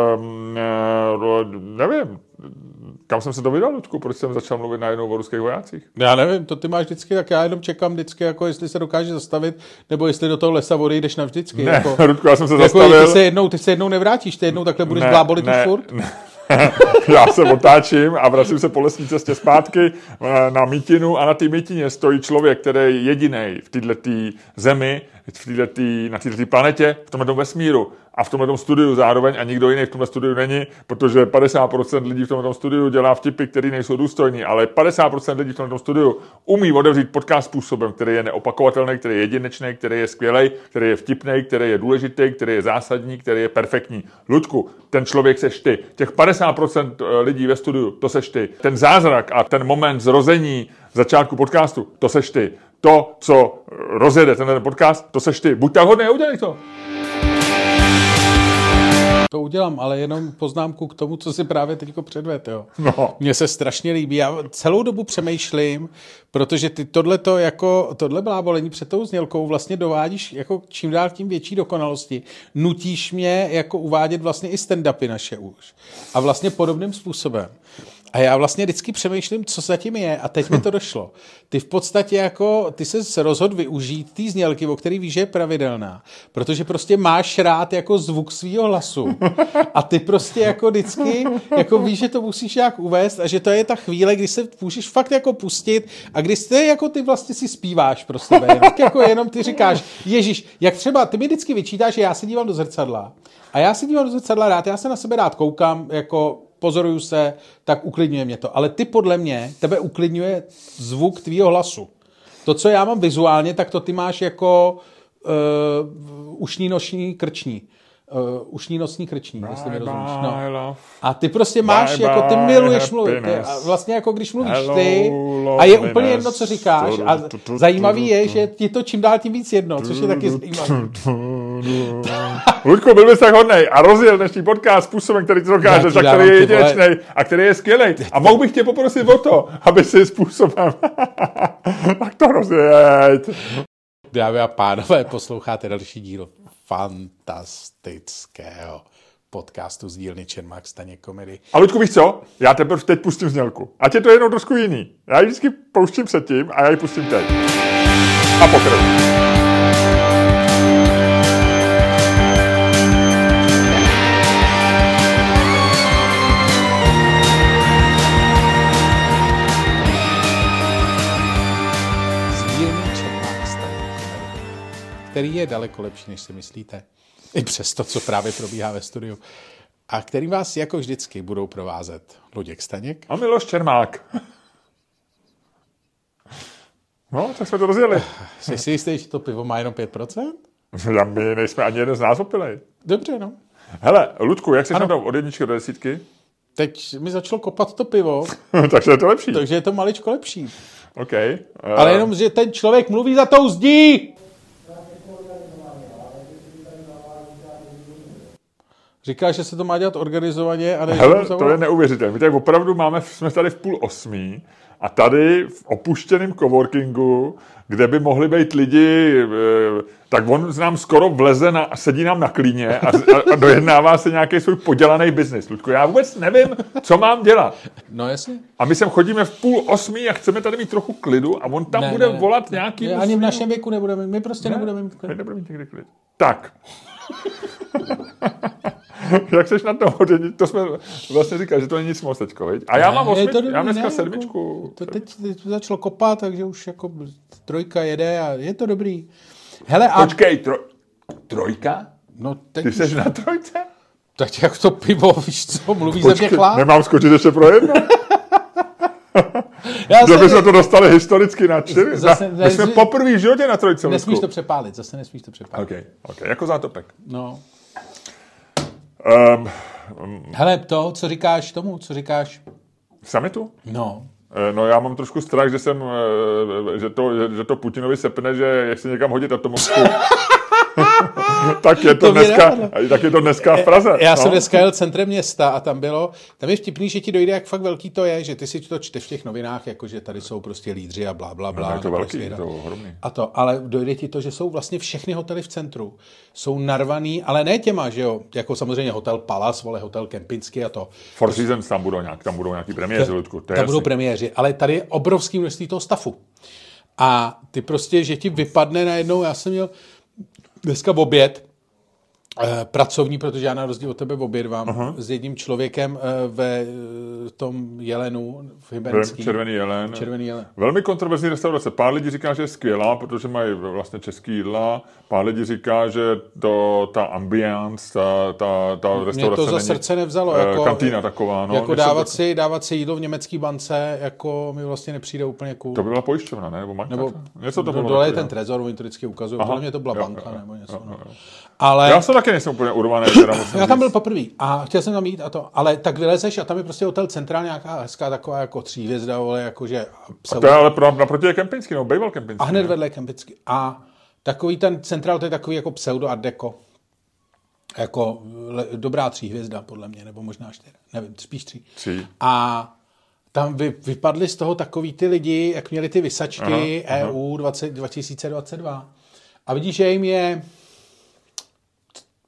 nevím... Kam jsem se to vydal, Ludku? Proč jsem začal mluvit najednou o ruských vojácích? Já nevím, to ty máš vždycky, tak já jenom čekám vždycky, jako jestli se dokáže zastavit, nebo jestli do toho lesa odejdeš navždycky. Ne, jako, Ludku, já jsem se jako zastavil. Ty se jednou nevrátíš, ty jednou takhle budeš blábolit už furt. Ne. Já se otáčím a vracím se po lesní cestě zpátky na mítinu a na té mítině stojí člověk, který je jedinej v této zemi, na této planetě, v tomhle vesmíru a v tomhle studiu zároveň a nikdo jiný v tomhle studiu není, protože 50% lidí v tomhle studiu dělá vtipy, které nejsou důstojný, ale 50% lidí v tomhle studiu umí otevřít podcast způsobem, který je neopakovatelný, který je jedinečný, který je skvělý, který je vtipný, který je důležitý, který je zásadní, který je perfektní. Ludku, ten člověk seš ty. Těch 50% lidí ve studiu, to seš ty. Ten zázrak a ten moment zrození začátku podcastu, to seš ty. To, co rozjede ten podcast, to seš ty. Buď tak hodný a udělej to. To udělám, ale jenom poznámku k tomu, co si právě teďko předvedl, jo. No. Mně se strašně líbí. Já celou dobu přemýšlím, protože ty tohle blábolení před tou znělkou vlastně dovádíš jako čím dál tím větší dokonalosti. Nutíš mě jako uvádět vlastně i stand-upy naše už. A vlastně podobným způsobem. A já vlastně vždycky přemýšlím, co zatím je, a teď mi to došlo. Ty v podstatě jako, ty se rozhodl využít té znělky, o který víš, že je pravidelná, protože prostě máš rád jako zvuk svýho hlasu. A ty prostě jako vždycky, jako víš, že to musíš nějak uvést a že to je ta chvíle, kdy se můžeš fakt jako pustit a kdy jako ty vlastně si zpíváš pro sebe. Tak jako jenom ty říkáš, Ježíš, jak třeba, ty mi vždycky vyčítáš, že já se dívám do zrcadla. A já se dívám do zrcadla rád, já se na sebe rád koukám, jako pozoruju se, tak uklidňuje mě to. Ale ty podle mě, tebe uklidňuje zvuk tvýho hlasu. To, co já mám vizuálně, tak to ty máš jako ušní noční krční. Ušní nosní krční, jestli mi rozumíš. No. A ty prostě máš, jako ty miluješ mluvit. A vlastně jako když mluvíš ty a je úplně jedno, co říkáš. A zajímavý je, že ti to čím dál tím víc jedno, což je taky zajímavý. Luďku, byl bys tak hodnej a rozjel dnešní podcast způsobem, který ty dokážeš, a který je jedinečnej a který je skvělej. A mohl bych tě poprosit o to, aby si způsobem tak to rozjeď. Dámy a pánové, posloucháte další díl fantastického podcastu z dílny Čermák Staněk Komedy. A Luďku, víš co? Já teprve teď pustím znělku. Ať je to jednou trošku jiný. Já ji vždycky pouštím předtím a já ji pustím teď. A pokračuj. Který je daleko lepší, než si myslíte. I přes to, co právě probíhá ve studiu. A který vás jako vždycky budou provázet Luděk Staněk. A Miloš Čermák. No, tak jsme to rozjeli. Jsi si jistý, že to pivo má jenom 5%? My nejsme ani jeden z nás opilej. Dobře, no. Hele, Ludku, jak jsi na to od 1 do 10? Teď mi začalo kopat to pivo. Takže je to lepší. Takže je to maličko lepší. OK. Ale jenom, že ten člověk mluví za tou zdí. Říká, že se to má dělat organizovaně. A hele, to je neuvěřitelné. My tady opravdu jsme tady v 7:30 a tady v opuštěném coworkingu, kde by mohli být lidi, tak on nám skoro vleze a sedí nám na klíně a dojednává se nějaký svůj podělaný biznis. Ludku, já vůbec nevím, co mám dělat. No jasně. A my sem chodíme v 7:30 a chceme tady mít trochu klidu a on tam bude volat nějaký... Ani v našem věku nebudeme, my prostě nebudeme mít klid. My nebudeme mít někdy klid. Tak. Jak seš na to? To jsme vlastně říkali, že to není nic moc teďko, viď? A já mám 8, já dneska 7. To teď začalo kopat, takže už jako 3 jede a je to dobrý. Hele, a... Počkej, trojka? No, teď ty seš na 3? Tak jak to pivo, víš co, mluví ze mě chláp? Nemám skočit ještě pro jedno? Že bychom to dostali historicky na 4. My jsme poprvé v životě na 3. Nesmíš to přepálit, zase nesmíš to přepálit. OK, jako zátopek. No. Hele, to, co říkáš tomu, co říkáš? Summitu? No. No já mám trošku strach, že to Putinovi sepne, že jak se někam hodit atomovku. tak je to dneska v Praze. Já jsem dneska jel centrem města a tam je vtipný, že ti dojde, jak fakt velký to je, že ty si to čteš v těch novinách, jako že tady jsou prostě lídři a blá, blá, blá. No, to velký, to ohromný. Ale dojde ti to, že jsou vlastně všechny hotely v centru. Jsou narvaný, ale ne těma, že jo, jako samozřejmě hotel Palace, hotel Kempinski a to. Four Seasons tam budou nějaký premiéři, Ludku. Tam budou premiéři, ale tady je obrovský množství toho stafu. A ty prostě, že ti vypadne najednou, já jsem měl dneska oběd pracovní, protože já na rozdíl od tebe obědvám s jedním člověkem ve tom Jelenu v Hybenský. Červený jelen. Velmi kontroverzní restaurace. Pár lidí říká, že je skvělá, protože mají vlastně český jídla. Pár lidí říká, že ta ambiance, ta restaurace mě to za srdce nevzalo. Jako kantýna taková. No, jako dávat si jídlo v německý bance, jako mi vlastně nepřijde úplně cool. To by byla pojišťovna, ne? Nebo banka? Nebo něco to bylo. Dole je ten trezor, oni to vždycky ukazují. Podle mě to byla banka nebo něco. Ale já jsem taky nejsem úplně urvaný. Já tam byl poprvé a chtěl jsem tam jít a to, ale tak vylezeš a tam je prostě hotel Centrál, nějaká hezká taková jako 3 hvězda, ale jakože... A to je ale naproti je Kempinský, no, býval Kempinský. A hned vedle Kempinský. A takový ten Centrál, to je takový jako pseudo art deco. Jako dobrá 3 hvězda, podle mě, nebo možná 4, nevím, spíš 3. A tam vypadly z toho takový ty lidi, jak měli ty vysačky EU 2022. A vidíš, že jim je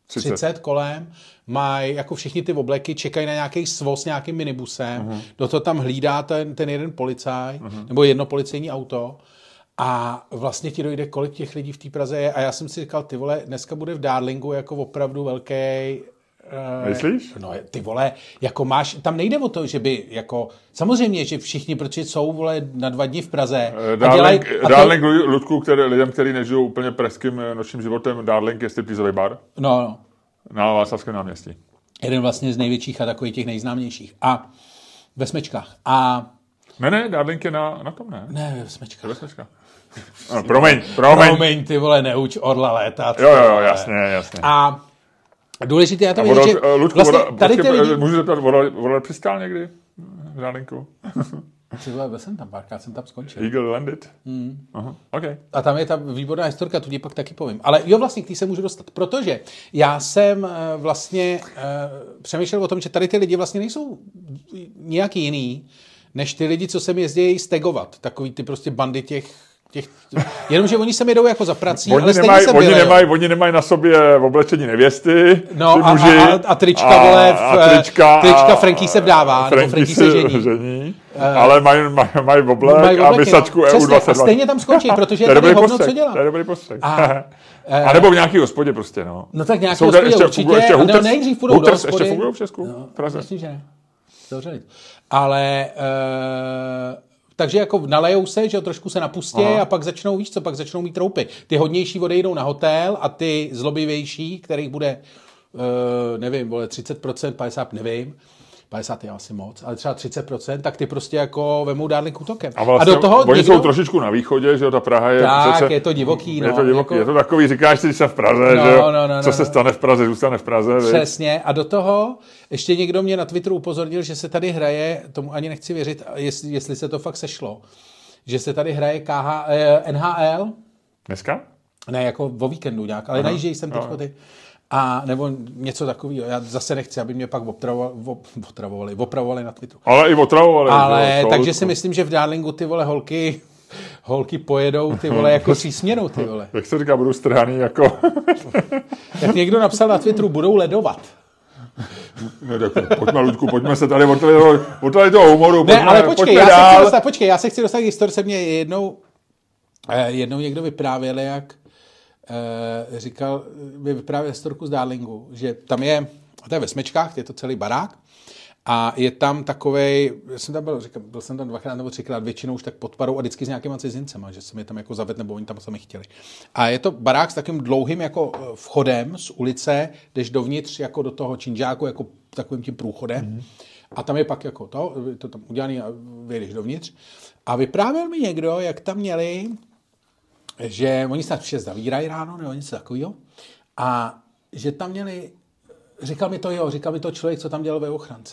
30 kolem, mají jako všichni ty obleky, čekají na nějaký svoz nějakým minibusem, do toho tam hlídá ten jeden policaj, nebo jedno policejní auto a vlastně ti dojde, kolik těch lidí v té Praze je a já jsem si říkal, ty vole, dneska bude v Darlingu jako opravdu velký. Myslíš? No ty vole, jako máš, tam nejde o to, že by jako, samozřejmě, že všichni, protože jsou vole na 2 dny v Praze. Darling, Ludku, lidem, kteří nežijou úplně pražským nočním životem, Darling je striptýzový bar. No. Na Václavském náměstí. Jeden vlastně z největších a takových těch nejznámějších. A ve Smečkách. A Ne, Darling je na tom, ne? Ne, ve Smečkách. No, promiň. Promiň, ty vole, neuč orla létat. Jo, jasně. A důležité je to vědět, že vlastně tady ty lidi... Můžu zeptat, volal přistál někdy v Darlinku? Ty vole, byl jsem tam párkrát, jsem tam skončil. Eagle landed? Aha, okay. A tam je ta výborná historka, tu ti pak taky povím. Ale jo, vlastně k té se můžu dostat, protože já jsem vlastně přemýšlel o tom, že tady ty lidi vlastně nejsou nějak jiný, než ty lidi, co sem jezdí stegovat. Takový ty prostě bandy těch jenomže oni sem jedou jako za prací, ale stejně se byli. Oni nemají na sobě oblečení nevěsty. No a trička, vole, trička Franky se vdává, nebo Franky se žení. Ale mají oblek a vysačku EU22. A stejně tam skončí, protože je tady hovno, co dělá. To je dobrý postřeh. A nebo v nějaký hospodě prostě, no. No tak nějaký hospodě určitě, a nejdřív půjdou do hospody. Ještě fungují v Česku? V Praze? Myslím, že ne. Ale... Takže jako nalejou se, že trošku se napustí a pak začnou, víš co, pak začnou mít troupy. Ty hodnější odejdou na hotel a ty zlobivější, kterých bude, nevím, 30%, 50%, nevím, 50 je asi moc, ale třeba 30%, tak ty prostě jako vemou Darling útokem. A vlastně do toho oni jsou trošičku na východě, že jo, ta Praha je... Tak, přece, je to divoký, no. Je to divoký, jako... je to takový, říkáš si, když jsem v Praze, že jo, co se stane v Praze, zůstane v Praze. Přesně, viď? A do toho ještě někdo mě na Twitteru upozornil, že se tady hraje, tomu ani nechci věřit, jestli se to fakt sešlo, že se tady hraje NHL. Dneska? Ne, jako o víkendu nějak, ale najíždějí jsem teďko ty... A nebo něco takového. Já zase nechci, aby mě pak opravovali na Twitteru. Ale i otravovali. Ale takže si myslím, že v Darlingu ty vole holky pojedou ty vole jako s směnou ty vole. Jak se říká, budou strhaný jako... Jak někdo napsal na Twitteru, budou ledovat. Pojďme, Luďku, pojďme se tady od toho humoru. Ne, ale počkej, já se chci dostat k historii. Mě jednou někdo vyprávěl, jak říkal, vyprávěl historku z Darlingu, že tam je, to je ve Smečkách, je to celý barák a je tam takovej, já jsem tam byl jsem tam 2krát nebo 3krát, většinou už tak pod parou a vždycky s nějakýma cizincema, že jsem je tam jako zavedl, nebo oni tam sami chtěli. A je to barák s takým dlouhým jako vchodem z ulice, jdeš dovnitř jako do toho činžáku, jako takovým tím průchodem a tam je pak jako to tam udělaný a vyjdeš dovnitř. A vyprávěl mi někdo, jak tam měli, že oni se vše zavírají ráno, nebo něco takového. A že tam měli, říkal mi to člověk, co tam dělal ve ochrance.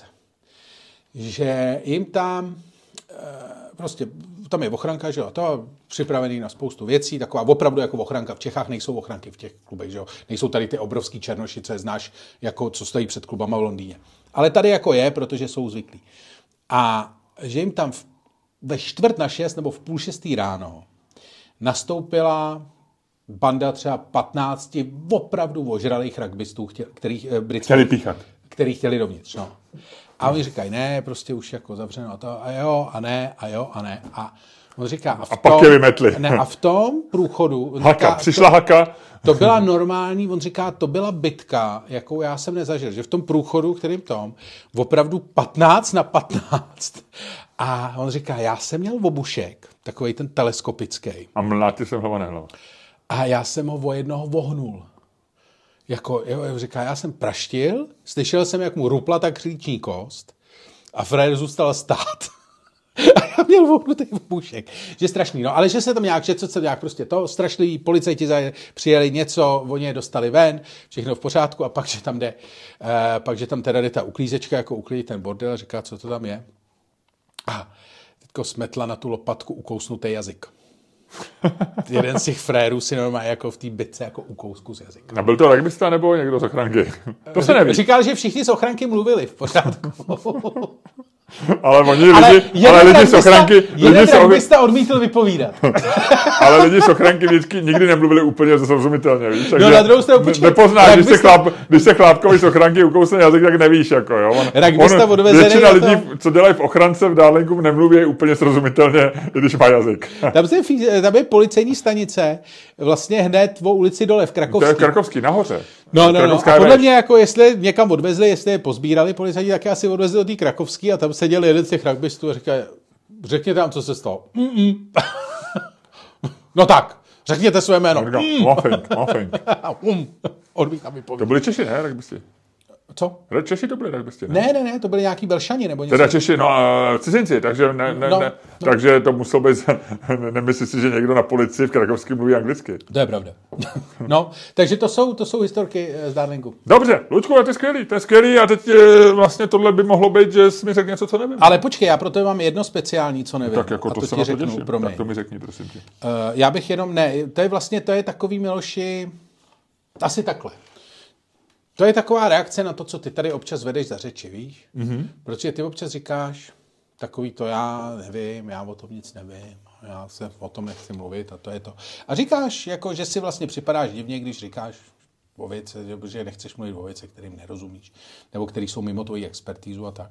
Že jim tam, prostě, tam je ochranka, že jo, to připravený na spoustu věcí, taková opravdu jako ochranka. V Čechách nejsou ochranky v těch klubech, že jo. Nejsou tady ty obrovský černošice, znáš, jako co stojí před klubama v Londýně. Ale tady jako je, protože jsou zvyklí. A že jim tam ve 5:45 nebo v 5:30 ráno nastoupila banda třeba 15 opravdu ožralých rugbystů, který chtěli dovnitř. No. A oni říkají, ne, prostě už jako zavřeno a to, a jo, a ne, a jo, a ne. A on říká, pak je vymetli. Ne, a v tom průchodu... Přišla haka. To byla normální, on říká, to byla bitka, jakou já jsem nezažil, že v tom průchodu, kterým tom, opravdu 15-15. A on říká, já jsem měl obušek, takovej ten teleskopický. A mlátil jsem hlava nehlava. A já jsem ho o jednoho vohnul. Jako, říká, já jsem praštil, slyšel jsem, jak mu rupla ta kříční kost a frajer zůstal stát. A já měl vohnutý obušek. Že strašný, no, ale že se tam nějak, že co se nějak prostě to, strašlivý policajti přijeli něco, oni je dostali ven, všechno v pořádku a pak, že tam teda jde ta uklízečka, jako uklidí ten bordel a říká, co to tam je. A teďko smetla na tu lopatku ukousnutý jazyk. Jeden z těch frérů si normálně jako v té bitce jako ukousku z jazyka. A byl to rugbysta nebo někdo z ochranky? To se neví. Říkal, že všichni z ochranky mluvili v pořádku. Ale lidi z ochranky... Jeden rugbysta odmítl vypovídat. Ale lidi z ochranky vždycky nikdy nemluvili úplně zrozumitelně, víš? No na druhou stranu, počkej. Nepoznáš, když se chlápkovi z ochranky ukousne jazyk, tak nevíš, jako jo. Většina lidí, co dělají v ochrance v Darlingu, nemluví úplně srozumitelně, když má jazyk. Tam je policejní stanice, vlastně hned o ulici dole v Krakovský. To je Krakovský, nahoře. No. A podle mě, jako jestli někam odvezli, jestli je pozbírali policajti, tak asi odvezli do té Krakovský a tam seděl jeden z těch rugbystů a říká, řekněte nám, co se stalo. No tak, řekněte své jméno. Nothing. Odmítám vypovědět. To byli Češi, ne, rugbysti? Co? Češi to byli rugbysti, ne? Ne, to byli nějaký Belšani nebo něco. Teda Češi, cizinci, takže takže to muselo být, nemyslím si, že někdo na policii v Krakovský mluví anglicky. To je pravda. No, takže to jsou historky z Darlingu. Dobře, Luďku, to je skvělý a teď vlastně tohle by mohlo být, že jsi mi řekl něco, co nevím. Ale počkej, já proto mám jedno speciální, co nevím. Tak jako a to ti řeknu, promiň. Tak to mi řekni, prosím tě. Já bych jenom, to je takový, Miloši, asi takhle. To je taková reakce na to, co ty tady občas vedeš za řeči, víš? Mm-hmm. Protože ty občas říkáš, takový to já nevím, já o tom nic nevím, já se o tom nechci mluvit a to je to. A říkáš, jako, že si vlastně připadáš divně, když říkáš o věci, že nechceš mluvit o věcech, kterým nerozumíš, nebo který jsou mimo tvoji expertízu a tak.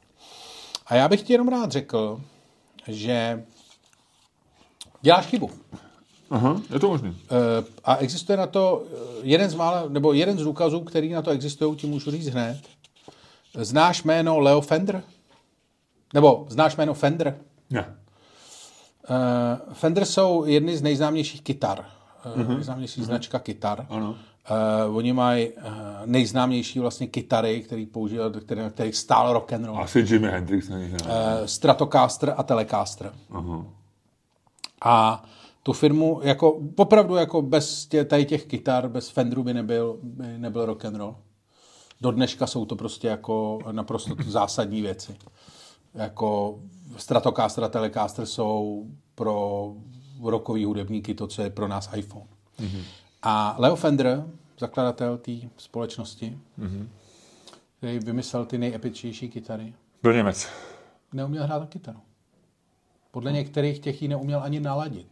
A já bych ti jenom rád řekl, že děláš chybu. Aha, je to možný. A existuje na to jeden z důkazů, který na to existují, ti můžu říct hned. Znáš jméno Leo Fender? Nebo znáš jméno Fender? Ne. Fender jsou jedny z nejznámějších kytar. Nejznámější značka kytar. Ano. Oni mají nejznámější vlastně kytary, který používal, který stál rock and roll. Asi Jimi Hendrix na nich. Stratocaster a Telecaster. Aha. A tu firmu, jako opravdu jako bez těch kytar, bez Fenderu by nebyl rock and roll. Do dneška jsou to prostě jako naprosto zásadní věci. Jako Stratocaster a Telecaster jsou pro rockový hudebníky to, co je pro nás iPhone. Mm-hmm. A Leo Fender, zakladatel té společnosti, který vymyslel ty nejepičtější kytary, byl Němec. Neuměl hrát na kytaru. Podle některých těch ji neuměl ani naladit.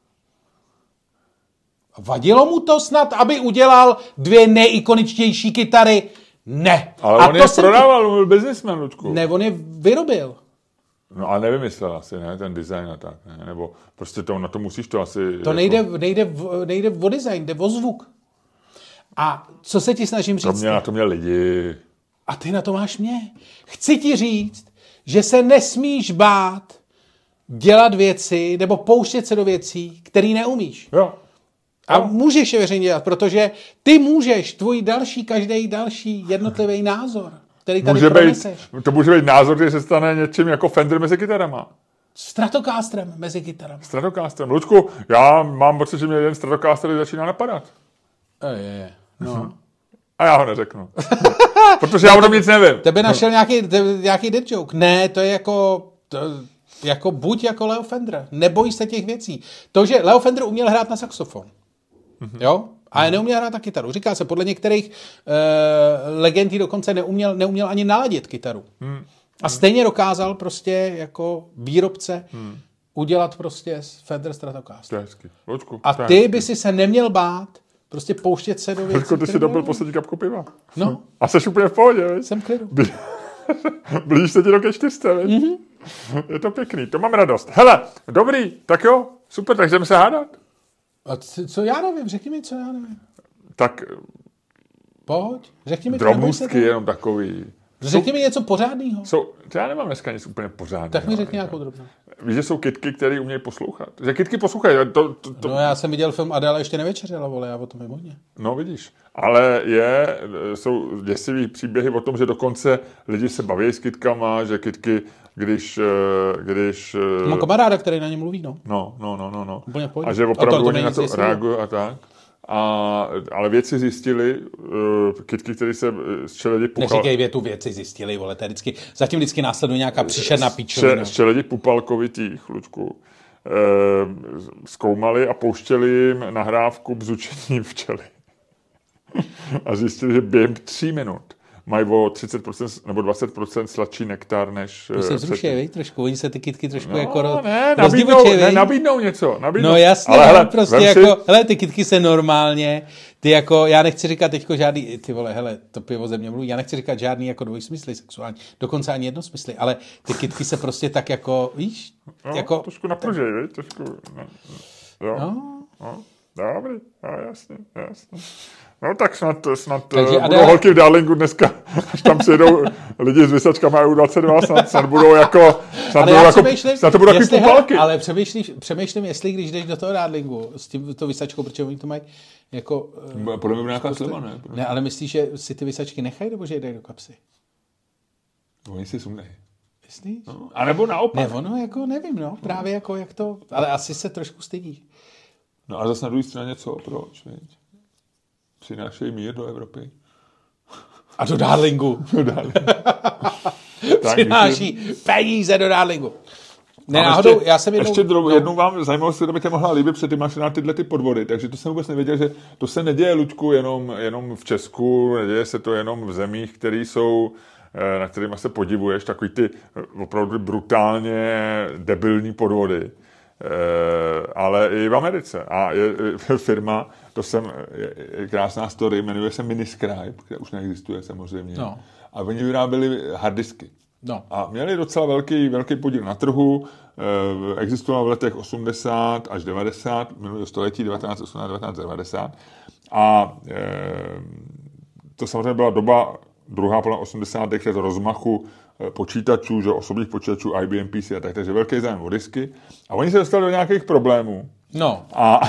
Vadilo mu to snad, aby udělal 2 nejikoničtější kytary? Ne. Ale a on je prodával, on byl businessman, Luďku. Ne, on je vyrobil. No a nevymyslel asi, ne, ten design a tak, ne? Nebo prostě na to musíš to asi... To jako... nejde o design, jde o zvuk. A co se ti snažím říct? Na to měl lidi. A ty na to máš mě. Chci ti říct, že se nesmíš bát dělat věci, nebo pouštět se do věcí, které neumíš. Jo. A můžeš je veřejně dělat, protože ty můžeš, tvůj každý další jednotlivý názor, který tady proneseš. To může být názor, který se stane něčím jako Fender mezi kytarama. Stratocasterem mezi kytarama. Stratocasterem. Luďku, já mám pocit, že mě jeden Stratocaster začíná napadat. Je. No. A já ho neřeknu. Protože já o tom nic nevím. Tebe našel nějaký dead joke. Ne, to je jako buď jako Leo Fender. Neboj se těch věcí. To, že Leo Fender uměl hrát na saxofon. Jo? Ale neuměl hrát na kytaru. Říká se, podle některých legendí dokonce neuměl ani naladit kytaru. A stejně dokázal prostě jako výrobce udělat prostě Fender Stratocaster. A ty by si se neměl bát prostě pouštět se do věcí. Luďku, ty si dobil poslední kapku piva. No. A jsi úplně v pohodě, viď? Jsem klidu. Blíž se ti do ke 4, viď? Mm-hmm. Je to pěkný, to mám radost. Hele, dobrý, tak jo, super, tak jdeme se hádat. A co já nevím, řekni mi, co já nevím. Tak... Pojď, řekni mi. Drobnůstky jenom takový. Řekni mi něco pořádného. Já nemám dneska nic úplně pořádného. Tak mi řekni nějakou drobnou. Víš, že jsou kytky, které umějí poslouchat. Že kytky poslouchají. No já jsem viděl film Adéla ještě nevečeřela, vole, já o tom vím hodně. No vidíš. Ale jsou děsivý příběhy o tom, že dokonce lidi se baví s kytkama, že kytky, když mám kamaráda, který na ně mluví, no. No. Úplně a že opravdu oni na to reagují a tak. Ale vědci zjistili, kytky, které se střeledi pupal... Neříkej větu, vědci zjistili, vole, to je zatím vždycky následuje nějaká příšerná píčovina. Střeledi pupalkovitých, Luďku, zkoumali a pouštěli jim nahrávku bzučení včely. A zjistili, že během 3 minut mají o 30% nebo 20% sladší nektar než... To se zruší, víš, trošku. Oni se ty kytky trošku no, jako nabídnou něco. No jasně, ale hele, prostě jako, hele, ty kytky se normálně, ty jako, já nechci říkat teďko žádný, ty vole, hele, to pivo ze mě mluví, já nechci říkat žádný jako dvojsmysly sexuální, dokonce ani jednosmysly, ale ty kytky se prostě tak jako, víš, no, jako... trošku napružej, víš, trošku, dobrý, jasně. No tak snad budou holky v Darlingu dneska, až tam přijedou lidi s vysačkama EU22, snad budou jako, snad to budou takový popálky. Ale přemýšlím, jestli když jdeš do toho Darlingu s tímto vysačkou, protože oni to mají jako... Podle mě nějaká sleva, ne? Ne, ale myslíš, že si ty vysačky nechají, nebo že jdou do kapsy? Oni si sundají. Myslíš? No, a nebo naopak. Ne, ono jako nevím, no, právě jako jak to, ale asi se trošku stydí. No a zase na druhé straně co, proč, víš? Přinášejí mír do Evropy. A do Darlingu. Přináší peníze do Darlingu. Nenáhodou, já jsem jednou vám zajímavost, která by tě mohla líbit, protože ty máš na tyhle ty podvody, takže to jsem vůbec nevěděl, že to se neděje, Luďku, jenom v Česku, neděje se to jenom v zemích, které jsou, na kterými se podivuješ, takový ty opravdu brutálně debilní podvody. Ale i v Americe. A je firma, je krásná story, jmenuje se Miniscribe, která už neexistuje samozřejmě. No. A oni vyráběli harddisky. No. A měli docela velký podíl na trhu, existoval v letech 80 až 90, minulého století 1980-1990. A to samozřejmě byla doba druhá polovina 80. let rozmachu počítačů, že osobních počítačů, IBM PC a tak, takže velký zájem o disky. A oni se dostali do nějakých problémů. No.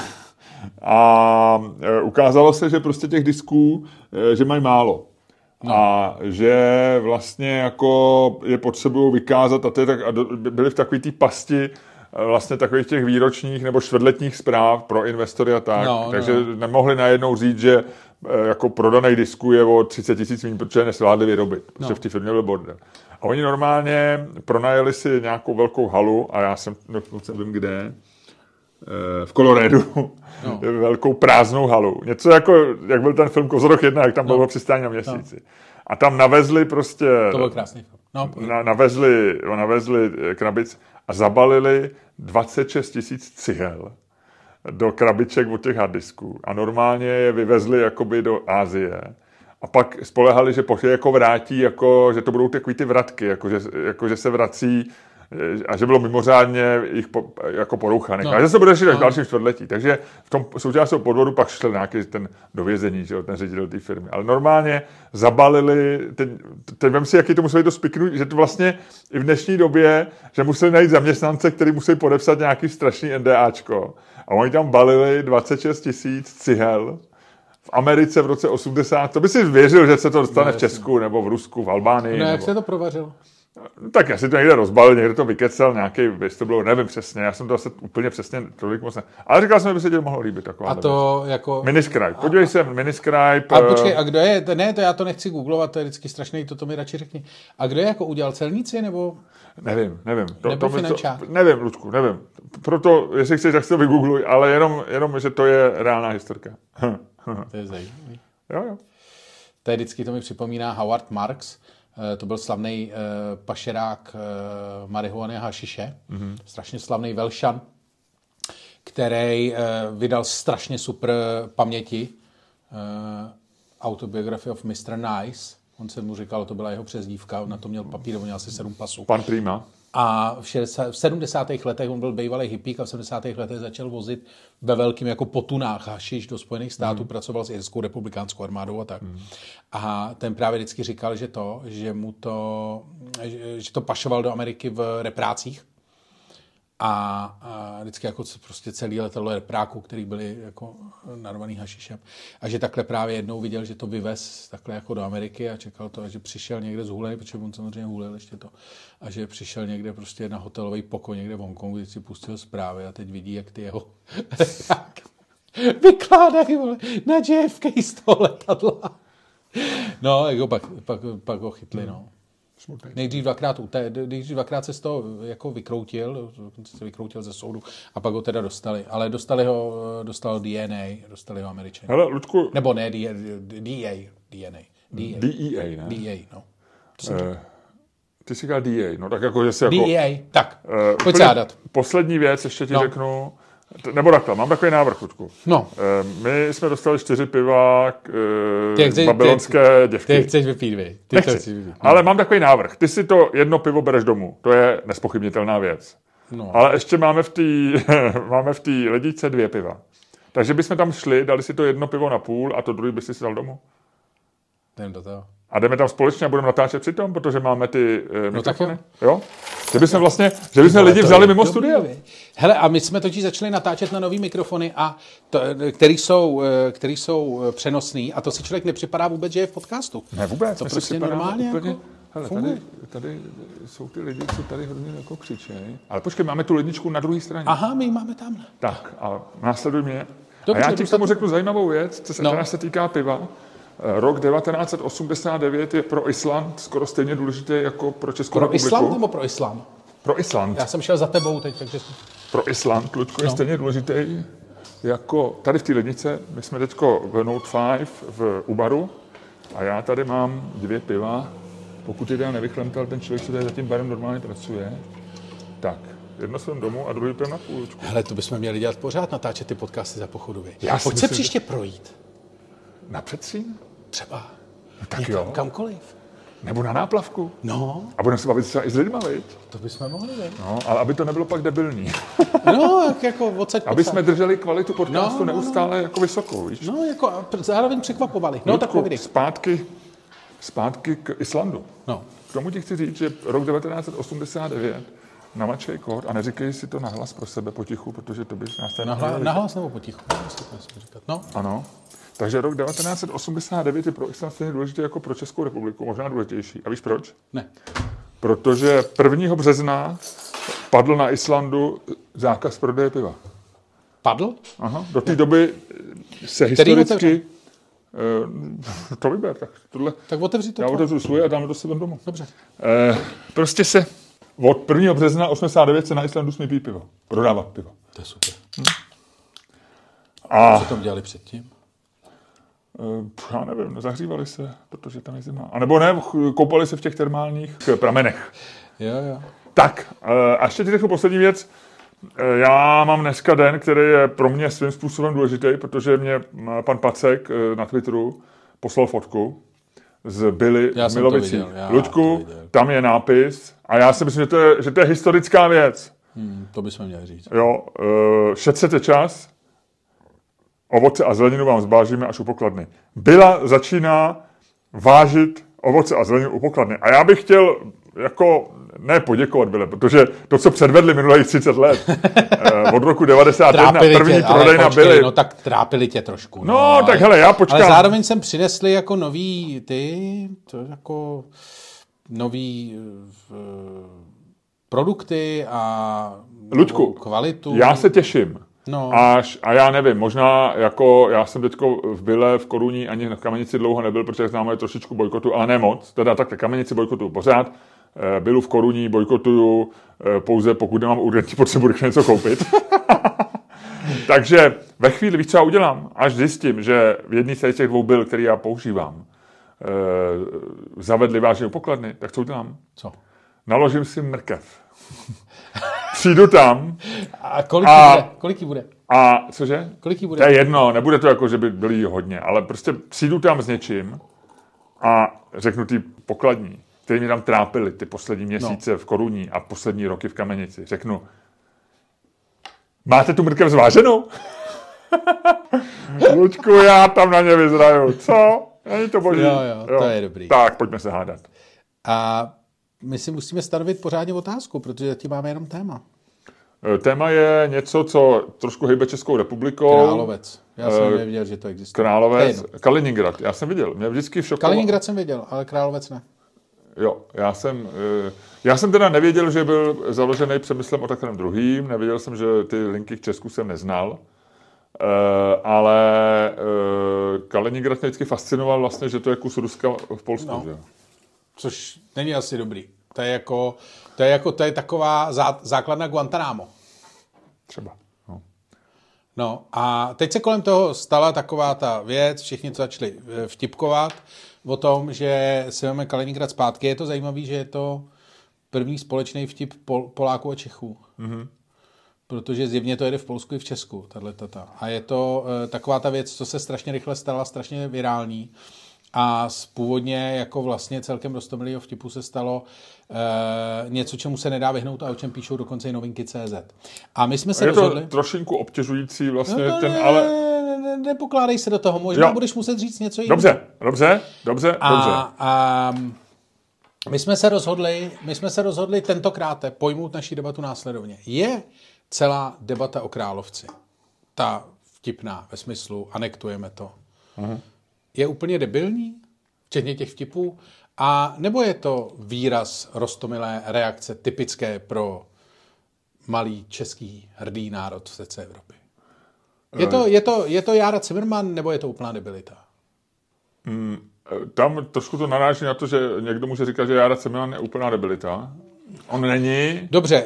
A ukázalo se, že prostě těch disků, že mají málo. No. A že vlastně jako je potřebují vykázat a byli v takové té pasti vlastně takových těch výročních nebo čtvrtletních zpráv pro investory a tak. Takže nemohli najednou říct, že jako prodanej disku je o 30 000 míň, protože nesvládli vyrobit. Protože v té firmě byl bordel. A oni normálně pronajeli si nějakou velkou halu a já jsem vím kde, v Coloradu, velkou prázdnou halu. Něco jako, jak byl ten film Kozorok 1, jak tam bylo přistání na Měsíci. A tam navezli prostě... To byl krásný film. Navezli krabic a zabalili 26 000 cihel do krabiček od těch harddisků. A normálně je vyvezli jakoby do Asie. A pak spolehali, že je jako vrátí, jako, že to budou takový ty vratky, jako že se vrací a že bylo mimořádně jich jako porouchaných. A že se bude řešit až v dalším čtvrtletí. Takže v tom součástí podvodu pak šel nějaký ten do vězení, že ten ředitel té firmy. Ale normálně zabalili, teď vem si, jaký to museli to spiknout, že to vlastně i v dnešní době, že museli najít zaměstnance, který museli podepsat nějaký strašný NDAčko. A oni tam balili 26 000 cihel v Americe v roce 80. To by si věřil, že se to dostane v Česku nebo v Rusku, v Albánii. No jak se to provařilo? Tak já si to někde rozbalil, někde to vykecel, nějaký, to bylo, nevím přesně, já jsem to asi úplně přesně tolik moc ne. Ale říkal jsem, že by se tě mohlo líbit taková. A to věc. Jako... Miniscribe, podívej se, Miniscribe. A počkej, a kdo je, ne, to já to nechci googlovat, to je vždycky strašný, to mi radši řekni. A kdo je jako udělal, celníci, nebo? Nevím. Nebo finančák? Nevím, Lučku, nevím. Proto, jestli chceš, tak si to vygoogluj, ale jenom, že to je reálná historka. To je zajímavý. Jo. To je vždycky, to mi připomíná Howard Marks. To byl slavný pašerák marihuany a hašiše. Strašně slavný Velšan, který vydal strašně super paměti. Autobiography of Mr. Nice. On se mu říkal, to byla jeho přezdívka, on na to měl papír, on měl asi 7 pasů. Pan Prima. A v 70. letech, on byl bývalý hippík a v 70. letech začal vozit ve velkým jako po tunách hašiš do Spojených států, pracoval s irskou republikánskou armádou a tak. A ten právě vždycky říkal, že to pašoval do Ameriky v reprácích. A vždycky jako prostě celý letadlo repráků, který byli jako narvaný hašišem. A že takhle právě jednou viděl, že to vyvez takhle jako do Ameriky a čekal to, a že přišel někde zhulený, protože on samozřejmě hulil ještě to. A že přišel někde prostě na hotelový pokoj někde v Hongkongu, když si pustil zprávy a teď vidí, jak ty jeho vykládají na JFK z toho letadla. No, jako pak ho chytli, no. Nejdřív dvakrát se z toho jako vykroutil ze soudu a pak ho teda dostali. Ale dostal ho DNA, dostali ho Američani. Hele, Ludku. Nebo ne, DNA. DEA, ne? DEA, no. Ty jsi říkal DEA, no tak jako, že si jako... DEA, tak, pojď se hádat. Poslední věc, ještě ti řeknu, nebo takhle, mám takový návrh, Ludku. No. My jsme dostali 4 piva babylonské děvky. Ty chceš vypít, vy. Ale mám takový návrh. Ty si to jedno pivo bereš domů. To je nespochybnitelná věc. No. Ale ještě máme v té ledničce 2 piva. Takže bychom tam šli, dali si to jedno pivo na půl a to druhý by si dal domů. Jdem do toho. A jdeme tam společně a budeme natáčet přitom, protože máme ty mikrofony. Tak jo? Že bychom lidi vzali mimo studia. Hele, a my jsme totiž začali natáčet na nový mikrofony, který jsou přenosný a to si člověk nepřipadá vůbec, že je v podcastu. Ne, vůbec. To prostě normálně úplně, jako hele, tady jsou ty lidi, co tady hodně jako křičejí. Ale počkej, máme tu ledničku na druhé straně. Aha, my ji máme tamhle. Tak, a následuj mě. Dobře, a já ti k tomu řeknu zajímavou věc, která se týká piva. Rok 1989 je pro Island skoro stejně důležitý jako pro Českou republiku. Pro Island nebo pro Islám? Pro Island. Já jsem šel za tebou teď, takže... Pro Island, Ludku, je stejně důležitý jako tady v té lednice. My jsme teďko v Note 5 v Ubaru a já tady mám 2 piva. Pokud je nevychlemtal ten člověk, co tady za tím barem normálně pracuje, tak jedno svém domů a druhý pijeme na půlečku. Hele, to bychom měli dělat pořád, natáčet ty podcasty za pochodu. Pojď se příště projít. Na Předsín? Třeba. No, tak jo. Kamkoliv. Nebo na náplavku. No. A budeme se bavit třeba i s lidma, viď? To bychom mohli, viď? No, ale aby to nebylo pak debilní. No, jako odsaď. Aby jsme drželi kvalitu podcastu neustále jako vysokou, víš? No, jako zároveň překvapovali. No, tak povídej. Zpátky k Islandu. No. K tomu ti chci říct, že rok 1989 namačkej kód a neříkej si to nahlas pro sebe potichu, protože to bys nás tady... Nahlas nebo potichu? No. Ano. Takže rok 1989 je pro Island stejně důležitý jako pro Českou republiku, možná důležitější. A víš proč? Ne. Protože 1. března padl na Islandu zákaz prodeje piva. Padl? Aha. Do té doby se historicky... To vyber, tak tohle... Tak otevři to. Já otevřu svoje a dáme to si domů. Dobře. Prostě se od 1. března 89 se na Islandu smí pít pivo. Prodávat pivo. To je super. A... Co tam dělali předtím? Já nevím, zahřívali se, protože tam je zima. A nebo ne, koupali se v těch termálních pramenech. Jo. Tak, a ještě ti řeknu poslední věc. Já mám dneska den, který je pro mě svým způsobem důležitý, protože mě pan Pacek na Twitteru poslal fotku z Billy z Milovicí. Luďku, tam je nápis a já si myslím, že to je historická věc. To bychom měli říct. Jo, šetřete čas, ovoce a zeleninu vám zbážíme až u pokladny. Byla začíná vážit ovoce a zeleninu u pokladny. A já bych chtěl jako ne poděkovat Byle, protože to, co předvedli minulých 30 let, od roku 91, první prodej Billy. No tak trápili tě trošku. No tak hele, já počkám. Ale zároveň jsem přinesli jako nový nový produkty a Luďku, kvalitu. Já se těším. No. A já nevím, možná jako já jsem teďko v Byle, v Koruní ani na Kamenici dlouho nebyl, protože známe trošičku bojkotu, ale ne moc. Teda takhle Kamenici bojkotuju pořád. Bylu v Koruní, bojkotuju pouze pokud nemám urgentní potřebu rychle něco koupit. Takže ve chvíli, víš, co já udělám, až zjistím, že v jedné z těch 2 byl, který já používám, zavedli vážně pokladny, tak co udělám? Co? Naložím si mrkev. Přijdu tam. A kolik jí bude? A cože? Kolik jí bude? To je jedno, nebude to jako, že by byli hodně, ale prostě přijdu tam s něčím a řeknu ty pokladní, který mě tam trápili ty poslední měsíce v Koruní a poslední roky v Kamenici. Řeknu, máte tu mrkev zváženou? Luďku, já tam na ně vyzraju. Co? Není to boží. Jo, to je dobrý. Tak, pojďme se hádat. A my si musíme stanovit pořádně otázku, protože zatím máme jenom téma. Téma je něco, co trošku hejbe Českou republikou. Královec. Já jsem nevěděl, že to existuje. Královec. Kaliningrad. Já jsem viděl. Mě vždycky šokoval. Kaliningrad jsem viděl, ale Královec ne. Jo, já jsem teda nevěděl, že byl založený Přemyslem Otakarem II. Nevěděl jsem, že ty linky k Česku jsem neznal. Ale Kaliningrad mě vždycky fascinoval vlastně, že to je kus Ruska v Polsku. No. Že? Což není asi dobrý. To je taková základna Guantanamo. Třeba. No. No a teď se kolem toho stala taková ta věc, všichni to začali vtipkovat o tom, že si máme Kaliningrad zpátky. Je to zajímavé, že je to první společný vtip Poláků a Čechů. Mm-hmm. Protože zjevně to jede v Polsku i v Česku, tato. A je to taková ta věc, co se strašně rychle stala, strašně virální. A původně jako vlastně celkem roztomilého vtipu se stalo něco, čemu se nedá vyhnout a o čem píšou dokonce i novinky.cz. A my jsme se rozhodli... Je to trošinku obtěžující vlastně Nepokládej se do toho, možná budeš muset říct něco jiného. Dobře. A my jsme se rozhodli tentokrát pojmout naši debatu následovně. Je celá debata o Královci, ta vtipná ve smyslu anektujeme to, je úplně debilní, včetně těch vtipů, a nebo je to výraz roztomilé reakce typické pro malý český hrdý národ v srdce Evropy? Je to Jára Cimrman, nebo je to úplná debilita? Tam trošku to naráží na to, že někdo může říkat, že Jára Cimrman je úplná debilita. On není. Dobře,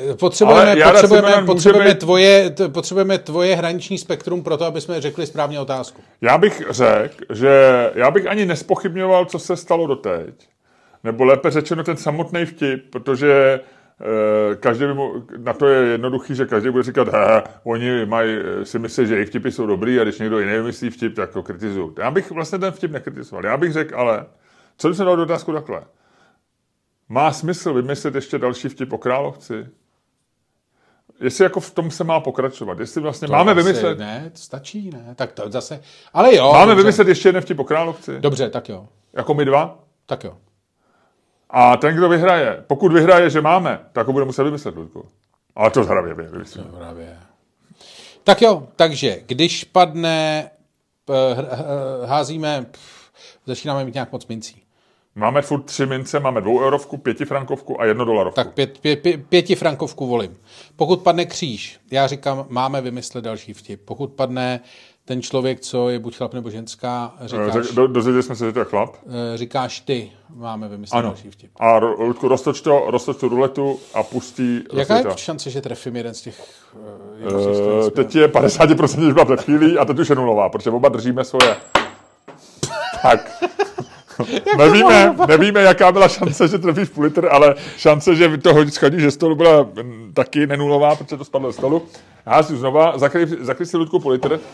potřebujeme tvoje hraniční spektrum pro to, aby jsme řekli správně otázku. Já bych řekl, že já bych ani nespochybňoval, co se stalo doteď. Nebo lépe řečeno ten samotný vtip, protože každý na to je jednoduchý, že každý bude říkat, oni si myslí, že jejich vtipy jsou dobrý a když někdo jiný vymyslí vtip, tak ho kritizují. Já bych vlastně ten vtip nekritizoval. Já bych řekl, ale co bych se dal do otázku takhle? Má smysl vymyslet ještě další vtip o Královci? Jestli jako v tom se má pokračovat. Jestli vlastně to máme vymyslet... Ne, to stačí, ne. Tak to zase... Ale jo. Máme vymyslet ještě jeden vtip o Královci? Dobře, tak jo. Jako my dva? Tak jo. A ten, kdo vyhraje, pokud vyhraje, že máme, tak ho bude muset vymyslet, Ludku. Ale to hravě vymyslím. Tak jo, takže když padne, házíme, začínáme mít nějak moc mincí. Máme furt 3 mince, máme 2 eurovku, 5 frankovku a 1 dolarovku. Tak 5 frankovku volím. Pokud padne kříž, já říkám, máme vymyslet další vtip. Pokud padne ten člověk, co je buď chlap nebo ženská, říkáš... Dozvěděli jsme se, že to je chlap. Říkáš ty, máme vymyslet další vtip. A Ludku, roztoč tu ruletu a pustí... Jaká je šance, že trefím jeden z těch... teď je 50%, že byla před chvílí a teď už je nulová, protože oba držíme svoje. Tak... Nevíme, jaká byla šance, že trefíš půl litr, ale šance, že to schodíš ze stolu, byla taky nenulová, protože to spadlo ze stolu. Já si znova, zakryj si, Ludku, půl litr.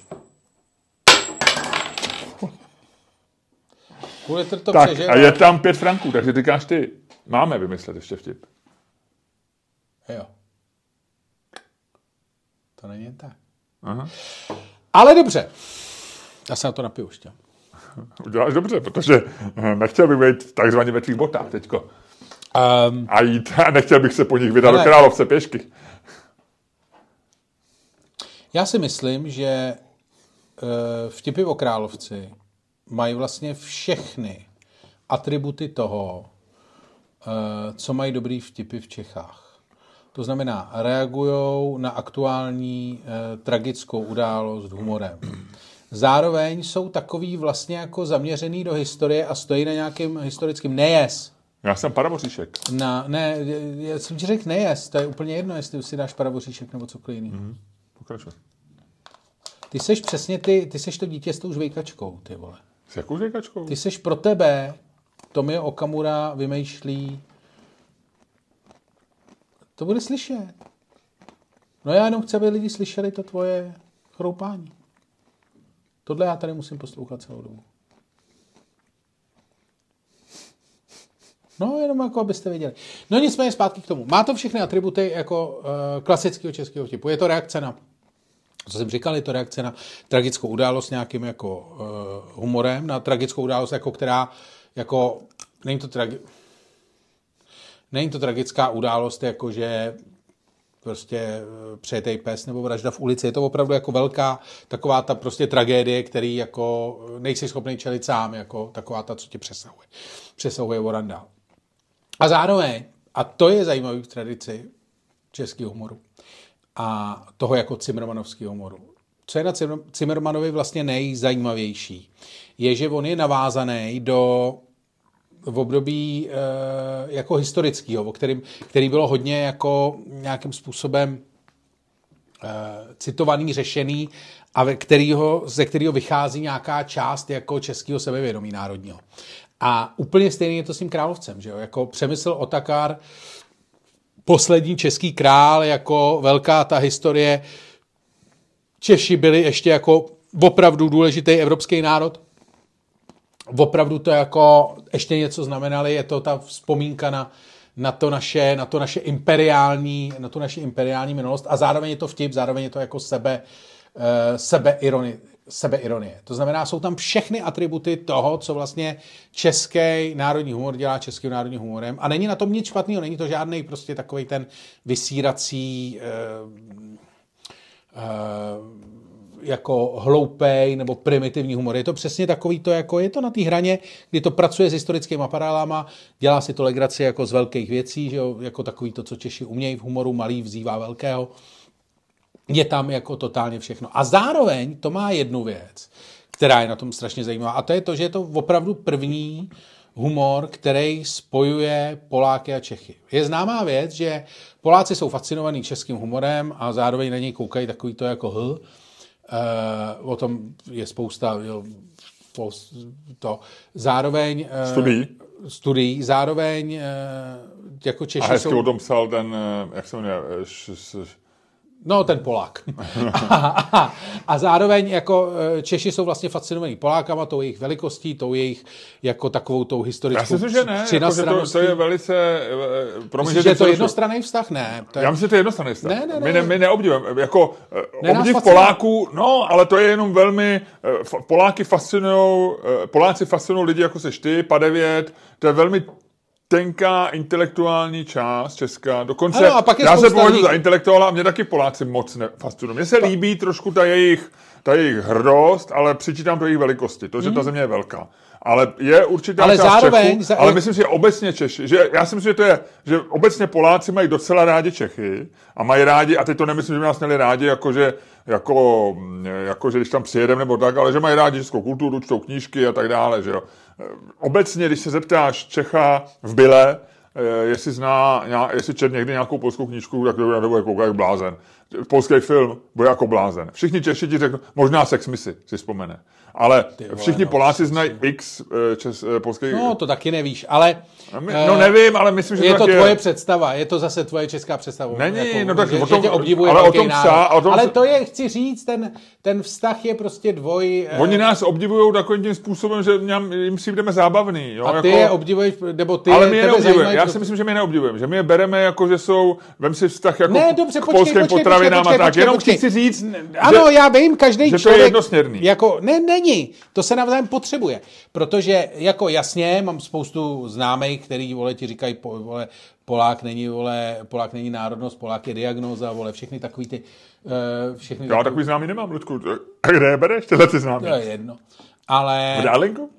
Půl litr to tak, přežil. A je tam 5 franků, takže říkáš ty, máme vymyslet ještě vtip. Jo. To není jen tak. Aha. Ale dobře. Já se na to napiju ještě. Uděláš dobře, protože nechtěl bych být takzvaně ve tvých botách teďko. A jít, nechtěl bych se po nich vydat do Královce pěšky. Já si myslím, že vtipy o Královci mají vlastně všechny atributy toho, co mají dobrý vtipy v Čechách. To znamená, reagujou na aktuální tragickou událost humorem. Zároveň jsou takový vlastně jako zaměřený do historie a stojí na nějakým historickým nejes. Já jsem Paravoříšek. Ne, já jsem ti řekl nejes, to je úplně jedno, jestli si dáš Paravoříšek nebo cokoliv jiný. Pokračuj. Ty seš přesně ty seš to dítě s tou žvejkačkou, ty vole. S jakou žvejkačkou? Ty seš pro tebe, Tomio Okamura vymýšlí, to bude slyšet. No já jenom chci, aby lidi slyšeli to tvoje chroupání. Tohle já tady musím poslouchat celou dobu. No, jenom jako abyste věděli. No nicméně zpátky k tomu. Má to všechny atributy jako klasického českého vtipu. Je to reakce na, co jsem říkal, je to reakce na tragickou událost nějakým jako humorem, na tragickou událost, jako která, jako, není to tragická událost, jako že prostě přejetej pes nebo vražda v ulici. Je to opravdu jako velká taková ta prostě tragédie, který jako nejsi schopný čelit sám, jako taková ta, co tě přesahuje o randál. A zároveň, a to je zajímavý v tradici českého humoru a toho jako cimrmanovského humoru. Co je na Cimrmanovi vlastně nejzajímavější, je, že on je navázaný v období jako historického, který bylo hodně jako nějakým způsobem citovaný, řešený a ze kterého vychází nějaká část jako českého sebevědomí národního. A úplně stejný je to s tím královcem, že jo? Jako Přemysl Otakar, poslední český král, jako velká ta historie. Češi byli ještě jako opravdu důležitý evropský národ. Opravdu to jako ještě něco znamenali, je to ta vzpomínka na tu naše imperiální minulost a zároveň je to vtip, zároveň je to jako sebeironie. To znamená, jsou tam všechny atributy toho, co vlastně český národní humor dělá českým národním humorem a není na tom nic špatného, není to žádný prostě takovej ten vysírací jako hloupej nebo primitivní humor. Je to přesně takový to, jako je to na té hraně, kdy to pracuje s historickými paralelama, dělá si to legraci jako z velkých věcí, že jo? Jako takový to, co Češi umějí v humoru, malý vzývá velkého. Je tam jako totálně všechno. A zároveň to má jednu věc, která je na tom strašně zajímavá. A to je to, že je to opravdu první humor, který spojuje Poláky a Čechy. Je známá věc, že Poláci jsou fascinovaní českým humorem a zároveň na něj koukají takový to jako o tom je spousta zároveň studií, zároveň jako Češi a hezky o tom psal ten, jak se jmenuje, no, ten Polák. A zároveň jako Češi jsou vlastně fascinovaní Polákama, tou jejich velikostí, tou jejich jako takovou tou historickou. Já si myslím, že ne, jako, že to je velice... Myslíš, že je to jednostranný vztah? Ne. To je... Já myslím, že to je jednostranný vztah. Ne. My neobdivujeme. Jako obdiv Poláků, no, ale to je jenom velmi... Poláci fascinují lidi, jako seš ty, Padevět, to je velmi tenká intelektuální část česká. Dokonce ano, já se považuji za intelektuála a mě taky Poláci moc fascinují. Mně se líbí trošku ta jejich hrdost, ale přičítám to jejich velikosti. To, že ta země je velká. Ale je určitá část Čechů, ale myslím, že obecně Češi, že já si myslím, že to je, že obecně Poláci mají docela rádi Čechy a mají rádi, a teď to nemyslím, že by nás měli rádi, jakože když tam přijedeme nebo tak, ale že mají rádi českou kulturu, čtou knížky a tak dále, že jo. Obecně, když se zeptáš Čecha v Byle, jestli čet někdy nějakou polskou knížku, tak to bude koukat jak blázen. Polský film bude jako blázen. Všichni Češi ti řeknou, možná Sex Misi si vzpomene. Ale všichni Poláci znají x polských... No, to taky nevíš, ale... No nevím, ale myslím, že je to tvoje představa, je to zase tvoje česká představa. Není, jako, no tak že, o tom, že tě obdivuje ale o tom ale to je, chci říct, ten vztah je prostě Oni nás obdivují takovým tím způsobem, že jim si jdeme zábavný. Jo? A ty je obdivuješ, nebo ty ale my je neobdivujeme. Já si myslím, že my je neobdivujeme. Že my je bereme jako, že jsou, vem si vztah jako k polským potravinám a tak. Jenom chci říct, ano, já vím, každý člověk... Že to je jednosměrný. Jako, není. To se navzájem potřebuje. Protože jako jasně, mám spoustu známých, který ti říkají, Polák není národnost, Polák je diagnóza, všechny takový ty... Já takový známý nemám, Ludku. Kde je bereš tyhle ty známý? To je jedno. Ale... V Dálinku?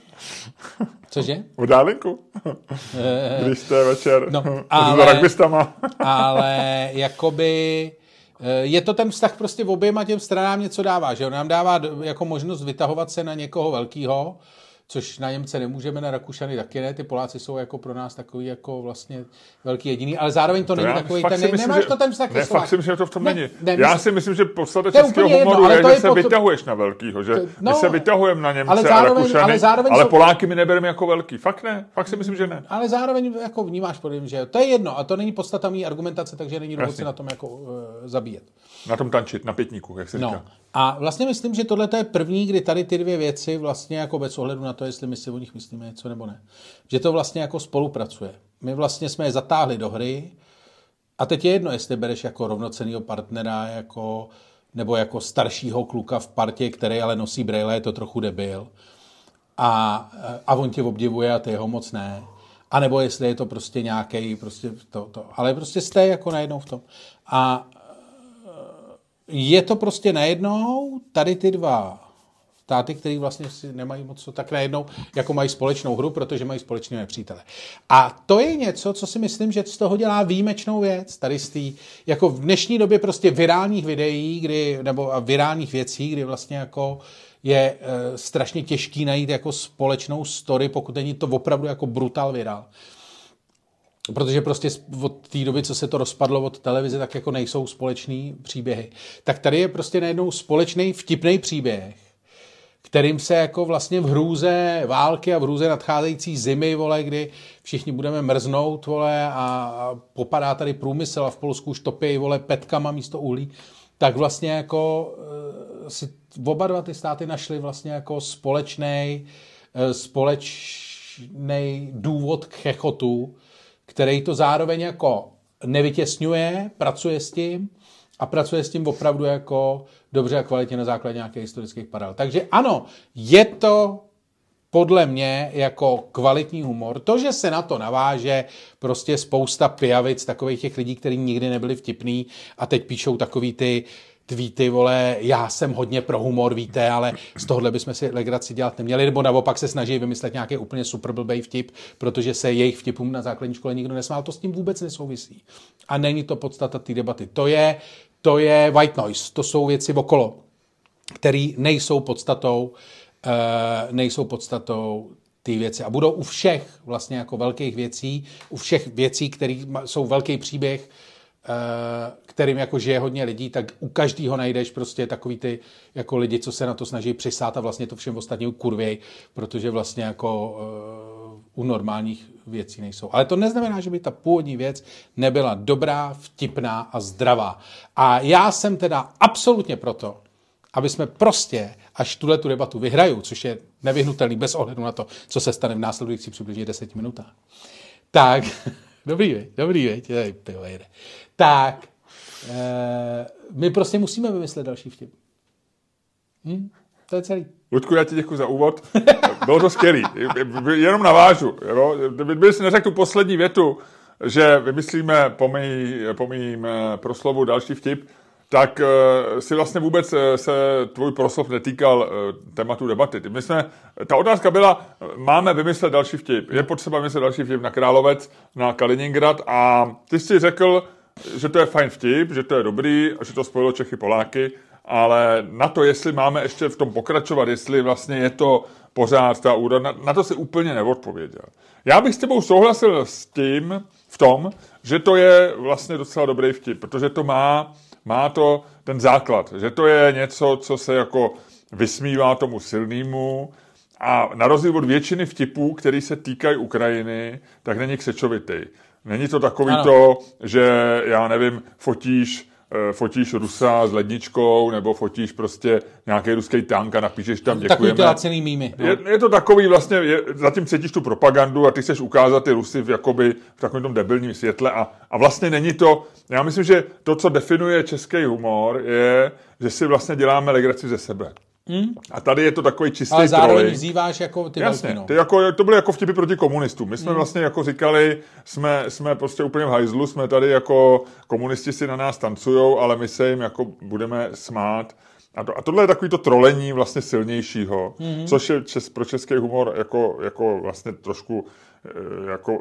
Cože? V Dálinku? Když jste večer s rugbystama. Ale jakoby... Je to ten vztah prostě v oběma těm stranám něco dává, že on nám dává jako možnost vytahovat se na někoho velkýho, což na Němce nemůžeme, na Rakušany taky ne, ty Poláci jsou jako pro nás takový jako vlastně velký jediný, ale zároveň to není takový ten, nemáš to ten vztah. Ne, fakt si myslím, že to v tom není. Já si myslím, že podstata českého humoru je, že se vytahuješ na velkýho, že my se vytahujeme na Němce a Rakušany, ale Poláky my nebereme jako velký. Fakt ne, fakt si myslím, že ne. Ale zároveň jako vnímáš, že to je jedno a to není podstata mý argumentace, takže není důvod se na tom jako zabíjet. Na tom tančit, na pětníku, jak se říká. A vlastně myslím, že tohle je první, kdy tady ty dvě věci vlastně jako bez ohledu na to, jestli my si o nich myslíme něco nebo ne. Že to vlastně jako spolupracuje. My vlastně jsme je zatáhli do hry a teď je jedno, jestli bereš jako rovnocennýho partnera nebo jako staršího kluka v partě, který ale nosí brejle, je to trochu debil. A on tě obdivuje a ty ho moc ne. A nebo jestli je to prostě nějaký prostě to. Ale prostě jste jako najednou v tom. A je to prostě najednou tady ty dva státy, který vlastně si nemají moc tak najednou, jako mají společnou hru, protože mají společné nepřítele. A to je něco, co si myslím, že z toho dělá výjimečnou věc, tady z té, jako v dnešní době prostě virálních videí, nebo virálních věcí, kdy vlastně jako je strašně těžký najít jako společnou story, pokud není to opravdu jako brutal virál. protože prostě od té doby, co se to rozpadlo od televize, tak jako nejsou společný příběhy. Tak tady je prostě najednou společný vtipný příběh, kterým se jako vlastně v hrůze války a v hrůze nadcházející zimy, vole, kdy všichni budeme mrznout, vole, a popadá tady průmysl a v Polsku už topí, vole, petkama místo uhlí, tak vlastně jako si oba dva ty státy našli vlastně jako společný důvod k chechotu, který to zároveň jako nevytěsňuje, pracuje s tím a pracuje s tím opravdu jako dobře a kvalitně na základě nějakých historických paralel. Takže ano, je to podle mě jako kvalitní humor. To, že se na to naváže prostě spousta pijavic, takových těch lidí, kteří nikdy nebyli vtipný a teď píšou takový ty tweety, vole, já jsem hodně pro humor, víte, ale z tohohle bychom si legraci dělat neměli, nebo naopak se snaží vymyslet nějaký úplně super blbej vtip, protože se jejich vtipům na základní škole nikdo nesmál, to s tím vůbec nesouvisí. A není to podstata té debaty. To je white noise, to jsou věci okolo, které nejsou podstatou ty věci. A budou u všech vlastně jako velkých věcí, u všech věcí, které jsou velký příběh, kterým jako žije hodně lidí, tak u každého najdeš prostě takový ty jako lidi, co se na to snaží přisát a vlastně to všem ostatním kurvěj, protože vlastně jako u normálních věcí nejsou. Ale to neznamená, že by ta původní věc nebyla dobrá, vtipná a zdravá. A já jsem teda absolutně proto, aby jsme prostě, až tuhletu debatu vyhraju, což je nevyhnutelný bez ohledu na to, co se stane v následujících přibližně 10 minutách. Tak, dobrý, veď, pivo jede. Tak, my prostě musíme vymyslet další vtip. To je celý. Luďku, já ti děkuji za úvod. Bylo to skvělý. Jenom navážu. Jo? Kdyby si neřekl tu poslední větu, že vymyslíme po mým proslovu další vtip, tak si vlastně vůbec se tvůj proslov netýkal tématu debaty. Ta otázka byla, máme vymyslet další vtip. Je potřeba vymyslet další vtip na Královec, na Kaliningrad a ty jsi řekl, že to je fajn vtip, že to je dobrý, že to spojilo Čechy Poláky, ale na to, jestli máme ještě v tom pokračovat, jestli vlastně je to pořád ta úroda, na to si úplně neodpověděl. Já bych s tebou souhlasil s tím v tom, že to je vlastně docela dobrý vtip, protože to má to ten základ, že to je něco, co se jako vysmívá tomu silnému a na rozdíl od většiny vtipů, který se týkají Ukrajiny, tak není křečovitý. Není to takový to, že já nevím, fotíš Rusa s ledničkou nebo fotíš prostě nějaký ruský tank a napíšeš tam děkujeme. Takový ty laciný mýmy. No. Je to takový vlastně, zatím cítíš tu propagandu a ty chceš ukázat ty Rusy v takovém tom debilním světle a vlastně není to, já myslím, že to, co definuje český humor, je, že si vlastně děláme legraci ze sebe. A tady je to takový čistý trolling. Ale zároveň vzýváš jako ty jasně, velký, to byly jako vtipy proti komunistům. My jsme vlastně jako říkali, jsme prostě úplně v hajzlu, jsme tady jako komunisti si na nás tancujou, ale my se jim jako budeme smát. A tohle je takový to trolení vlastně silnějšího, což je pro český humor jako vlastně trošku jako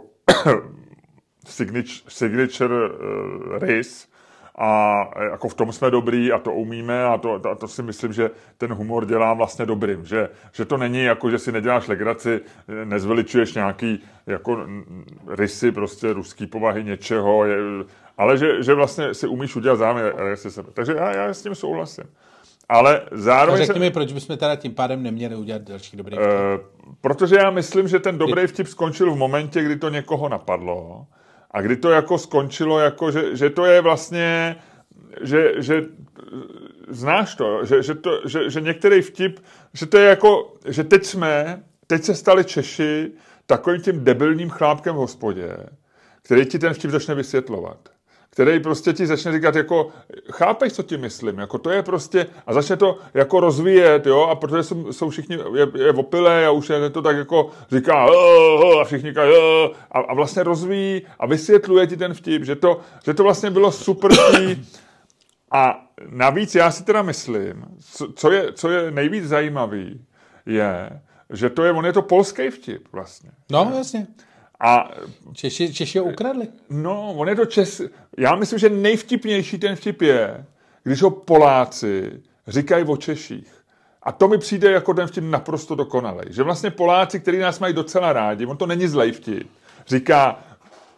signature rys. A jako v tom jsme dobrý a to umíme a to si myslím, že ten humor dělá vlastně dobrým. Že to není jako, že si neděláš legraci, nezveličuješ nějaký jako rysy prostě ruský povahy něčeho, ale že vlastně si umíš udělat záměr. Takže já s tím souhlasím. Ale zároveň... A řekni mi, proč bychom teda tím pádem neměli udělat další dobrý vtip? Protože já myslím, že ten dobrý vtip skončil v momentě, kdy to někoho napadlo. A kdy to jako skončilo, jako, že to je vlastně, že znáš to, že některý vtip, že to je jako, že teď se stali Češi takovým tím debilním chlápkem v hospodě, který ti ten vtip začne vysvětlovat. Který prostě ti začne říkat, jako, chápeš, co ti myslím, jako to je prostě, a začne to jako rozvíjet, jo, a protože jsou všichni, je opilé a už je to tak jako říká, a všichni říkají, a vlastně rozvíjí a vysvětluje ti ten vtip, že to vlastně bylo super a navíc já si teda myslím, co je nejvíc zajímavý, je, že on je to polský vtip vlastně. No, jasně. A Češi ho ukradli. No, on je to já myslím, že nejvtipnější ten vtip je, když ho Poláci říkají o Češích. A to mi přijde jako ten vtip naprosto dokonalej. Že vlastně Poláci, kteří nás mají docela rádi, on to není zlej vtip, říká,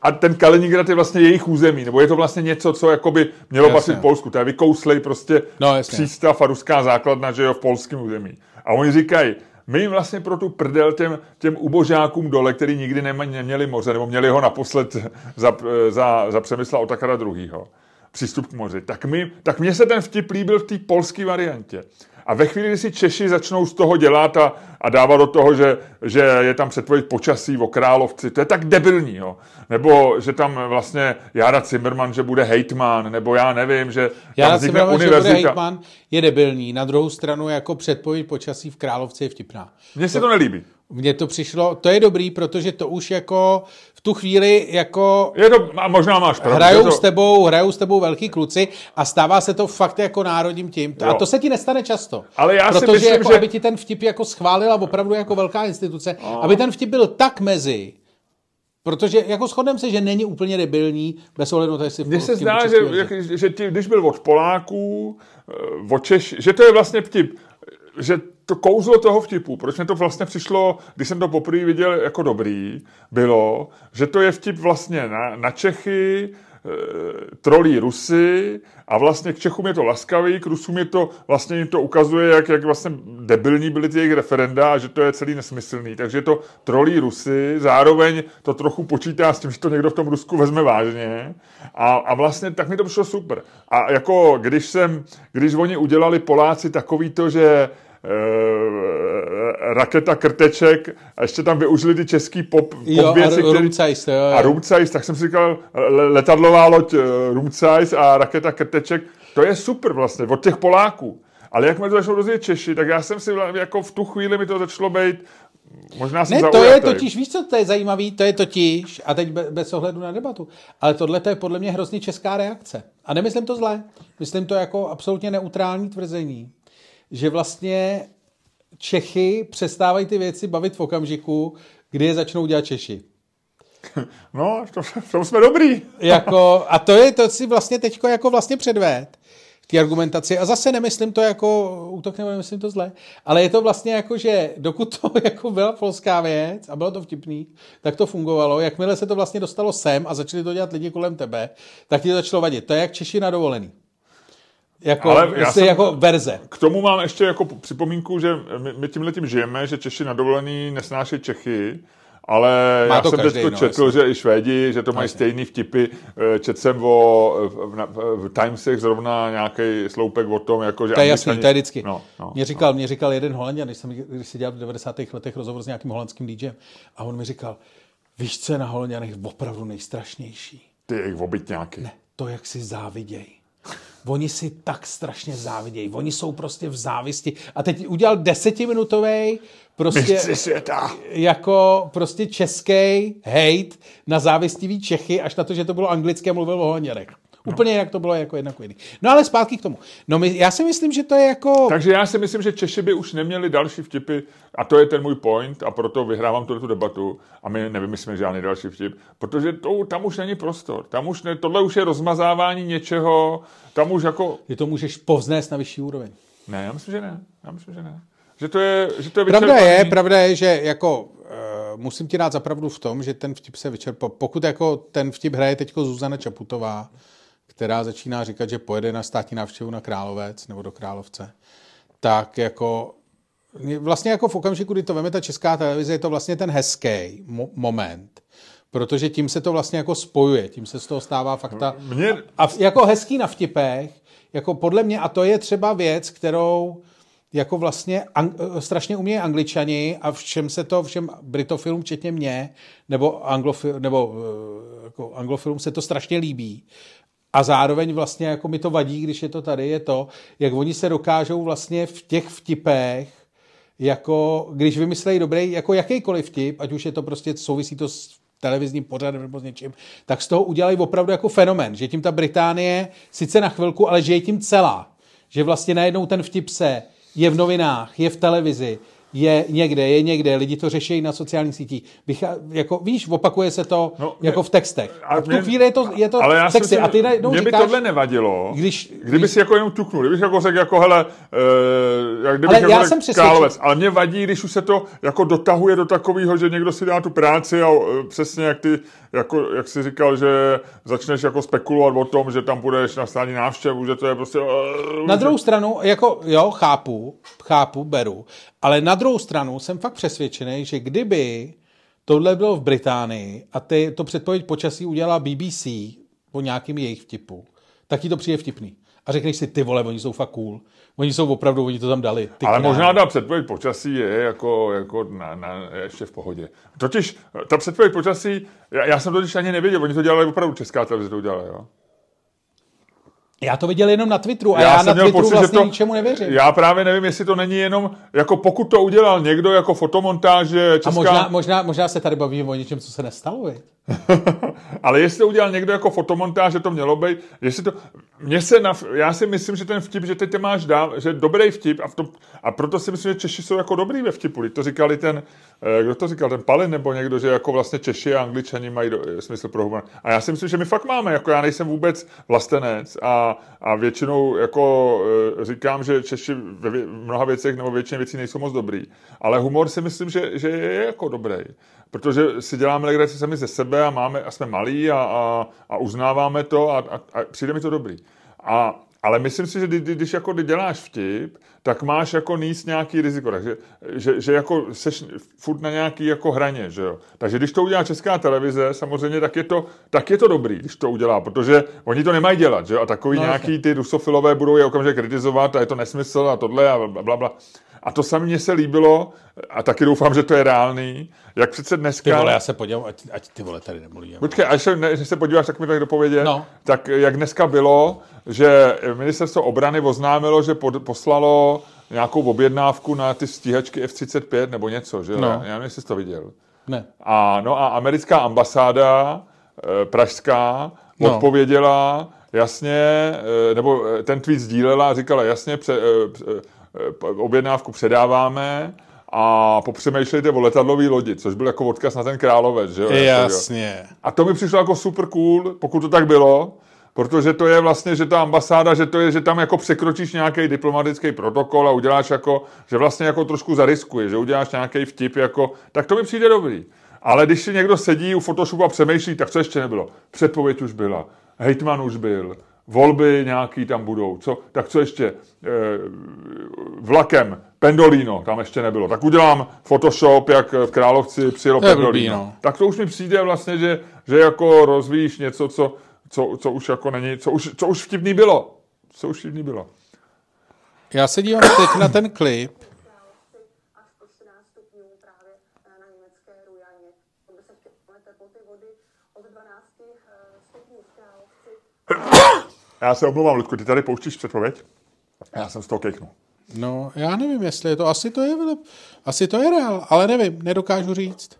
a ten Kaliningrad je vlastně jejich území, nebo je to vlastně něco, co jakoby mělo patřit Polsku. To je vykouslej prostě přístav a ruská základna, že jo, v polském území. A oni říkají, my jim vlastně pro tu prdel těm ubožákům dole, který nikdy neměli moře, nebo měli ho naposled za Přemysla Otakara II. Přístup k moři. Tak mně se ten vtip líbil v té polské variantě. A ve chvíli, kdy si Češi začnou z toho dělat a dávat do toho, že je tam předpověď počasí o Královci, to je tak debilní, jo. Nebo že tam vlastně Jára Cimrman, že bude hejtman, nebo já nevím, že tam vznikne univerzita. Že bude hejtman, je debilní. Na druhou stranu jako předpověď počasí v Královci je vtipná. Mně se to nelíbí. Mně to přišlo, to je dobrý, protože to už jako v tu chvíli jako je to, a možná máš pravdu. Hrajou s tebou velký kluci a stává se to fakt jako národním tím. A to se ti nestane často. Ale já protože si myslím, jako, že aby ti ten vtip jako schválila opravdu jako velká instituce, aby ten vtip byl tak mezi, protože jako shodneme se, že není úplně debilní, bez ohledu na to, jestli mně se zdá, že když byl od Poláků, od Češ, že to je vlastně vtip, že to kouzlo toho vtipu, proč mi to vlastně přišlo, když jsem to poprvé viděl jako dobrý, bylo, že to je vtip vlastně na Čechy, trolí Rusy a vlastně k Čechům je to laskavý, k Rusům je to, vlastně jim to ukazuje, jak vlastně debilní byly ty jejich referenda a že to je celý nesmyslný. Takže to trolí Rusy, zároveň to trochu počítá s tím, že to někdo v tom Rusku vezme vážně a vlastně tak mi to přišlo super. A jako když oni udělali Poláci takový to, že raketa Krteček a ještě tam využili ty český pop věci. A Rumcajs, tak jsem si říkal, letadlová loď Rumcajs a raketa Krteček, to je super vlastně, od těch Poláků. Ale jak mi to začalo rozvíjet Češi, tak já jsem si jako v tu chvíli mi to začalo být možná jsem zaujatý. To je totiž, víš co, to je zajímavý, to je totiž, a teď bez ohledu na debatu, ale tohle to je podle mě hrozně česká reakce. A nemyslím to zle, myslím to jako absolutně neutrální tvrzení. Že vlastně Čechy přestávají ty věci bavit v okamžiku, kdy je začnou dělat Češi. No, to jsme dobrý. A to je to, si vlastně teďko jako vlastně předved v té argumentaci. A zase nemyslím to jako útok, nebo nemyslím to zle, ale je to vlastně jako, že dokud to jako byla polská věc a bylo to vtipný, tak to fungovalo. Jakmile se to vlastně dostalo sem a začali to dělat lidi kolem tebe, tak ti to začalo vadit. To je jak Češi na dovolený. Jako verze. K tomu mám ještě jako připomínku, že my tímhletím žijeme, že Češi na dovolený nesnáší Čechy, ale já jsem teď četl, že i Švédi, že to mají stejný vtipy. Četl jsem v Timesech zrovna nějaký sloupek o tom, jako, že to je jasný, to je vždycky. Mě říkal jeden Holanďan, když si dělal v 90. letech rozhovor s nějakým holandským DJem, a on mi říkal, víš, co je na Holanďanech opravdu nejstrašnější? Ty jejich obytňáky. Ne, to, jak si záviděj. Oni si tak strašně závidějí. Oni jsou prostě v závisti. A teď udělal 10minutový prostě jako prostě český hejt na závistivý Čechy, až na to, že to bylo anglické, mluvil o Holanďanech. Úplně jinak to bylo jako jednak jiný. No ale zpátky k tomu. Já si myslím, že to je jako... Takže já si myslím, že Češi by už neměli další vtipy a to je ten můj point a proto vyhrávám tu debatu a my nevymyslíme žádný další vtip, protože tam už není prostor. Tohle už je rozmazávání něčeho, tam už jako... Že to můžeš povznést na vyšší úroveň. Ne, já myslím, že ne. Že to je Pravda je, že jako musím ti dát za pravdu v tom, že ten vtip se vyčerpal. Pokud jako ten vtip hraje teďko Zuzana Čaputová, která začíná říkat, že pojede na státní návštěvu na Královec nebo do Královce, tak jako vlastně jako v okamžiku, kdy to veme ta Česká televize, je to vlastně ten hezký moment, protože tím se to vlastně jako spojuje, tím se z toho stává fakta. A jako hezký na vtipech, jako podle mě, a to je třeba věc, kterou jako vlastně strašně umějí Angličani a všem britofilům, včetně mě, nebo anglofilům se to strašně líbí. A zároveň vlastně jako mi to vadí, když je to tady, je to, jak oni se dokážou vlastně v těch vtipech, jako když vymyslejí dobrý, jako jakýkoliv vtip, ať už je to prostě souvisí to s televizním pořadem nebo s něčím, tak z toho udělají opravdu jako fenomén, že tím ta Británie sice na chvilku, ale že je tím celá. Že vlastně najednou ten vtip je v novinách, je v televizi, je někde, lidi to řeší na sociálních sítích. Jako, víš, opakuje se to jako v textech. A v tu chvíli je to ale texty. A ty mě by tohle nevadilo, kdyby si jako jenom ťuknul, kdybych jako řekl, jako hele, jak kdybych ale jako řekl Královec. Ale mě vadí, když už se to jako dotahuje do takového, že někdo si dá tu práci a přesně jak jsi říkal, že začneš jako spekulovat o tom, že tam půjdeš na stání návštěvu, že to je prostě... Na druhou stranu, jako jo, chápu, beru, ale na druhou stranu jsem fakt přesvědčený, že kdyby tohle bylo v Británii a to předpověď počasí udělala BBC po nějakým jejich vtipu, tak ti to přijde vtipný. A řekneš si, ty vole, oni jsou fakt cool. Oni to tam dali. Ale možná ta předpověď počasí je jako ještě v pohodě. Totiž ta předpověď počasí, já jsem totiž ani nevěděl, oni to dělali opravdu, Česká televize to udělala, jo. Já to viděl jenom na Twitteru a já na Twitteru pocit, vlastně ničemu nevěřím. Já právě nevím, jestli to není jenom, jako pokud to udělal někdo jako fotomontáže Česká... A možná se tady bavíme o něčem, co se nestalo, viď? Ale jestli to udělal někdo jako fotomontáže, to mělo být, já si myslím, že ten vtip, že teď te máš že je dobrý vtip a proto si myslím, že Češi jsou jako dobrý ve vtipu. To říkali kdo to říkal, ten Palin nebo někdo, že jako vlastně Češi a Angličani mají smysl pro humor. A já si myslím, že my fakt máme, jako já nejsem vůbec vlastenec a většinou jako říkám, že Češi v mnoha věcech nebo většině věcí nejsou moc dobrý. Ale humor si myslím, že je jako dobrý. Protože si děláme legraci sami ze sebe a jsme malí a uznáváme to a přijde mi to dobrý. Ale myslím si, že když jako děláš vtip, tak máš jako níst nějaký riziko. Takže že jako seš furt na nějaký jako hraně, že jo. Takže když to udělá Česká televize, samozřejmě tak je to dobrý, když to udělá, protože oni to nemají dělat, že jo. A takový nějaký ty rusofilové budou je okamžitě kritizovat a je to nesmysl a tohle a blablabla. A to sami mně se líbilo a taky doufám, že to je reálný. Jak přece dneska... Ty vole, já se podívám, ať ty vole tady nemluví. Počkej, až se podíváš, tak mi tak dopovědět. No. Tak jak dneska bylo, že ministerstvo obrany oznámilo, že poslalo nějakou objednávku na ty stíhačky F-35 nebo něco, že? No. Já nevím, jestli jsi to viděl. Ne. A americká ambasáda pražská odpověděla jasně, nebo ten tweet sdílela a říkala jasně, objednávku předáváme a popřemýšlejte o letadlový lodi, což byl jako odkaz na ten Královec, že jo? Jasně. A to mi přišlo jako super cool, pokud to tak bylo, protože to je vlastně, že ta ambasáda, že tam jako překročíš nějaký diplomatický protokol a uděláš jako, že vlastně jako trošku zariskuješ, že uděláš nějaký vtip jako, tak to mi přijde dobrý. Ale když si někdo sedí u Photoshopu a přemýšlí, tak co ještě nebylo? Předpověď už byla, hejtman už byl, volby nějaký tam budou. Tak co ještě? Vlakem, Pendolino, tam ještě nebylo. Tak udělám Photoshop, jak v Královci přijelo Pendolino. Tak to už mi přijde vlastně, že jako rozvíjíš něco, co už jako není, co už vtipný bylo. Co už vtipný bylo. Já se dívám teď na ten klip. Až po 14 stupňů právě na německé Rujaně. Kde se teploty vody od 12 stupňů v Královci. Já se omlouvám, Ludku, ty tady pouštíš předpověď? Já jsem z toho kejknul. No, já nevím, jestli je to, asi to je reál, ale nevím, nedokážu říct.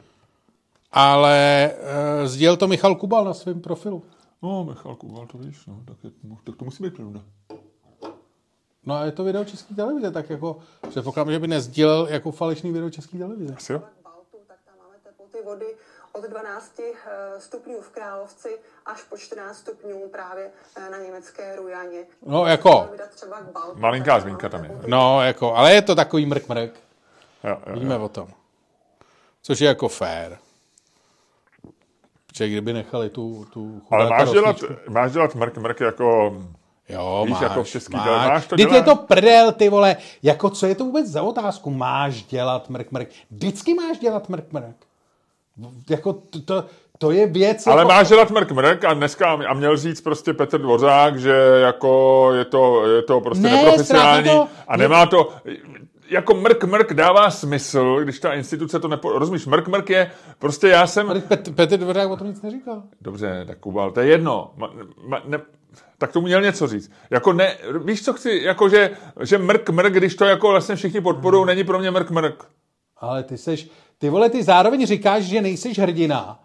Ale sdělil to Michal Kubal na svém profilu. No, Michal Kubal, to víš, no, tak to musí být pravda. No a je to video České televize, tak jako předpokládám, že by nesdílel jako falešný video České televize. Asi jo. Tak tam máme teploty vody od 12 stupňů v Královci až po 14 stupňů právě na německé Rujaně. No jako, malinká zmínka tam je. No jako, ale je to takový mrk. Jo. Víme o tom. Což je jako fair. Protože kdyby nechali tu ale máš dělat mrk jako... Jo, víš, máš, jako v český máš. Máš to dělat... je to prdel, ty vole. Jako, co je to vůbec za otázku? Máš dělat mrk. Vždycky máš dělat mrk. Jako, to je věc... Ale jako... máš dělat mrk a dneska a měl říct prostě Petr Dvořák, že jako je to prostě neprofesionální a nemá to... Jako mrk dává smysl, když ta instituce to rozumíš, mrk je, prostě já jsem... Ale Petr Dvořák o tom nic neříkal. Dobře, tak Kubal, to je jedno. Tak tomu měl něco říct. Jako ne, víš, co chci, jako že mrk, když to jako vlastně všichni podporují, není pro mě mrk. Ale ty zároveň říkáš, že nejseš hrdina.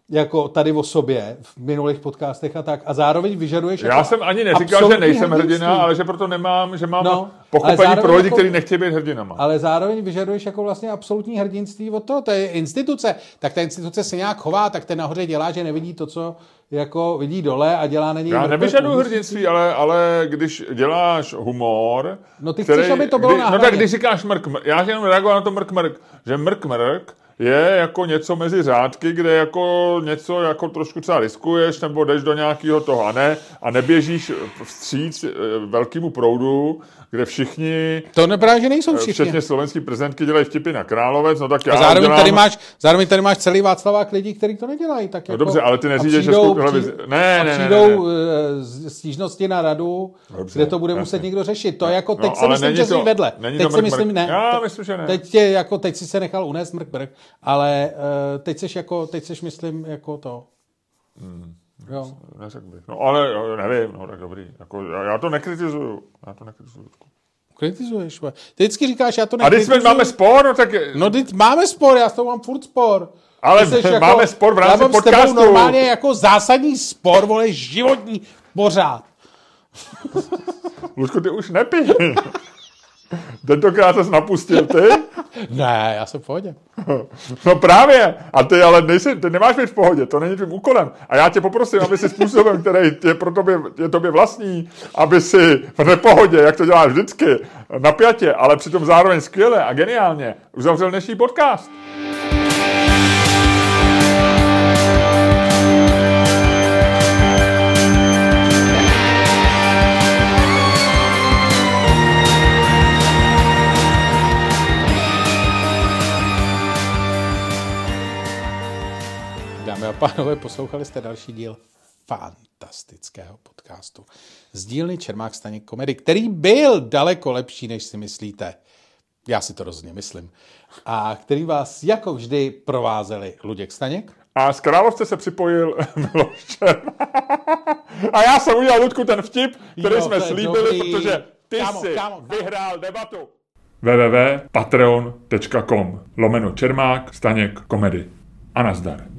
jako tady o sobě v minulých podcastech a tak, a zároveň vyžaduješ... Já jsem ani neříkal, že nejsem hrdina, ale že proto nemám, že mám pochopení pro lidi, kteří nechtějí být hrdinama. Ale zároveň vyžaduješ jako vlastně absolutní hrdinství od toho, to je instituce. Tak ta instituce se nějak chová, tak ten nahoře dělá, že nevidí to, co jako vidí dole a dělá na něj... Já nevyžaduju hrdinství, ale když děláš humor... No ty chceš, aby to bylo na hraně. No tak když říkáš mrk, já jenom reaguji na to mrk, že mrk je jako něco mezi řádky, kde jako něco jako trošku třeba riskuješ, nebo jdeš do nějakého toho a neběžíš vstříc velkému proudu, kde všichni... To nebrá, že nejsou všichni. Včetně slovenský prezidentky dělají vtipy na Královec, no tak já zároveň tady máš celý Václavák lidí, kteří to nedělají. Tak no jako, dobře, ale ty neřídíš Českou televizi. Přijdou stížnosti na radu, dobře, kde to bude muset někdo řešit. To jako teď si myslím, že jsi vedle. Teď si myslím, ne. Já myslím, že ne. Teď si se nechal unést mrk, ale teď seš myslím jako to. Jo. Neřekl bych. No ale nevím, no tak dobrý. Jako, já to nekritizuju. Kritizuješ. Ty vždycky říkáš, já to nekritizuju. A když máme spor, no tak... No teď máme spor, já s tou mám furt spor. Ale máme spor v rámci podcastu. Já mám s tebou normálně jako zásadní spor, vole, životní pořád. Lučko, ty už nepij. Tentokrát ses napustil ty? Ne, já jsem v pohodě. No právě. A ty ale ty nemáš být v pohodě, to není tvým úkolem. A já tě poprosím, aby si způsobem, který je tobě vlastní, aby si v nepohodě, jak to děláš vždycky, napjatě, ale přitom zároveň skvěle a geniálně uzavřel dnešní podcast. Dámy a pánové, poslouchali jste další díl fantastického podcastu z dílny Čermák Staněk Komedy, který byl daleko lepší, než si myslíte. Já si to rozhodně myslím. A který vás jako vždy provázeli Luděk Staněk. A z Královce se připojil Miloš Čermák. A já jsem udělal, Ludku, ten vtip, který jsme slíbili, protože ty jsi vyhrál debatu. www.patreon.com/Čermák Staněk Komedy. A nazdar.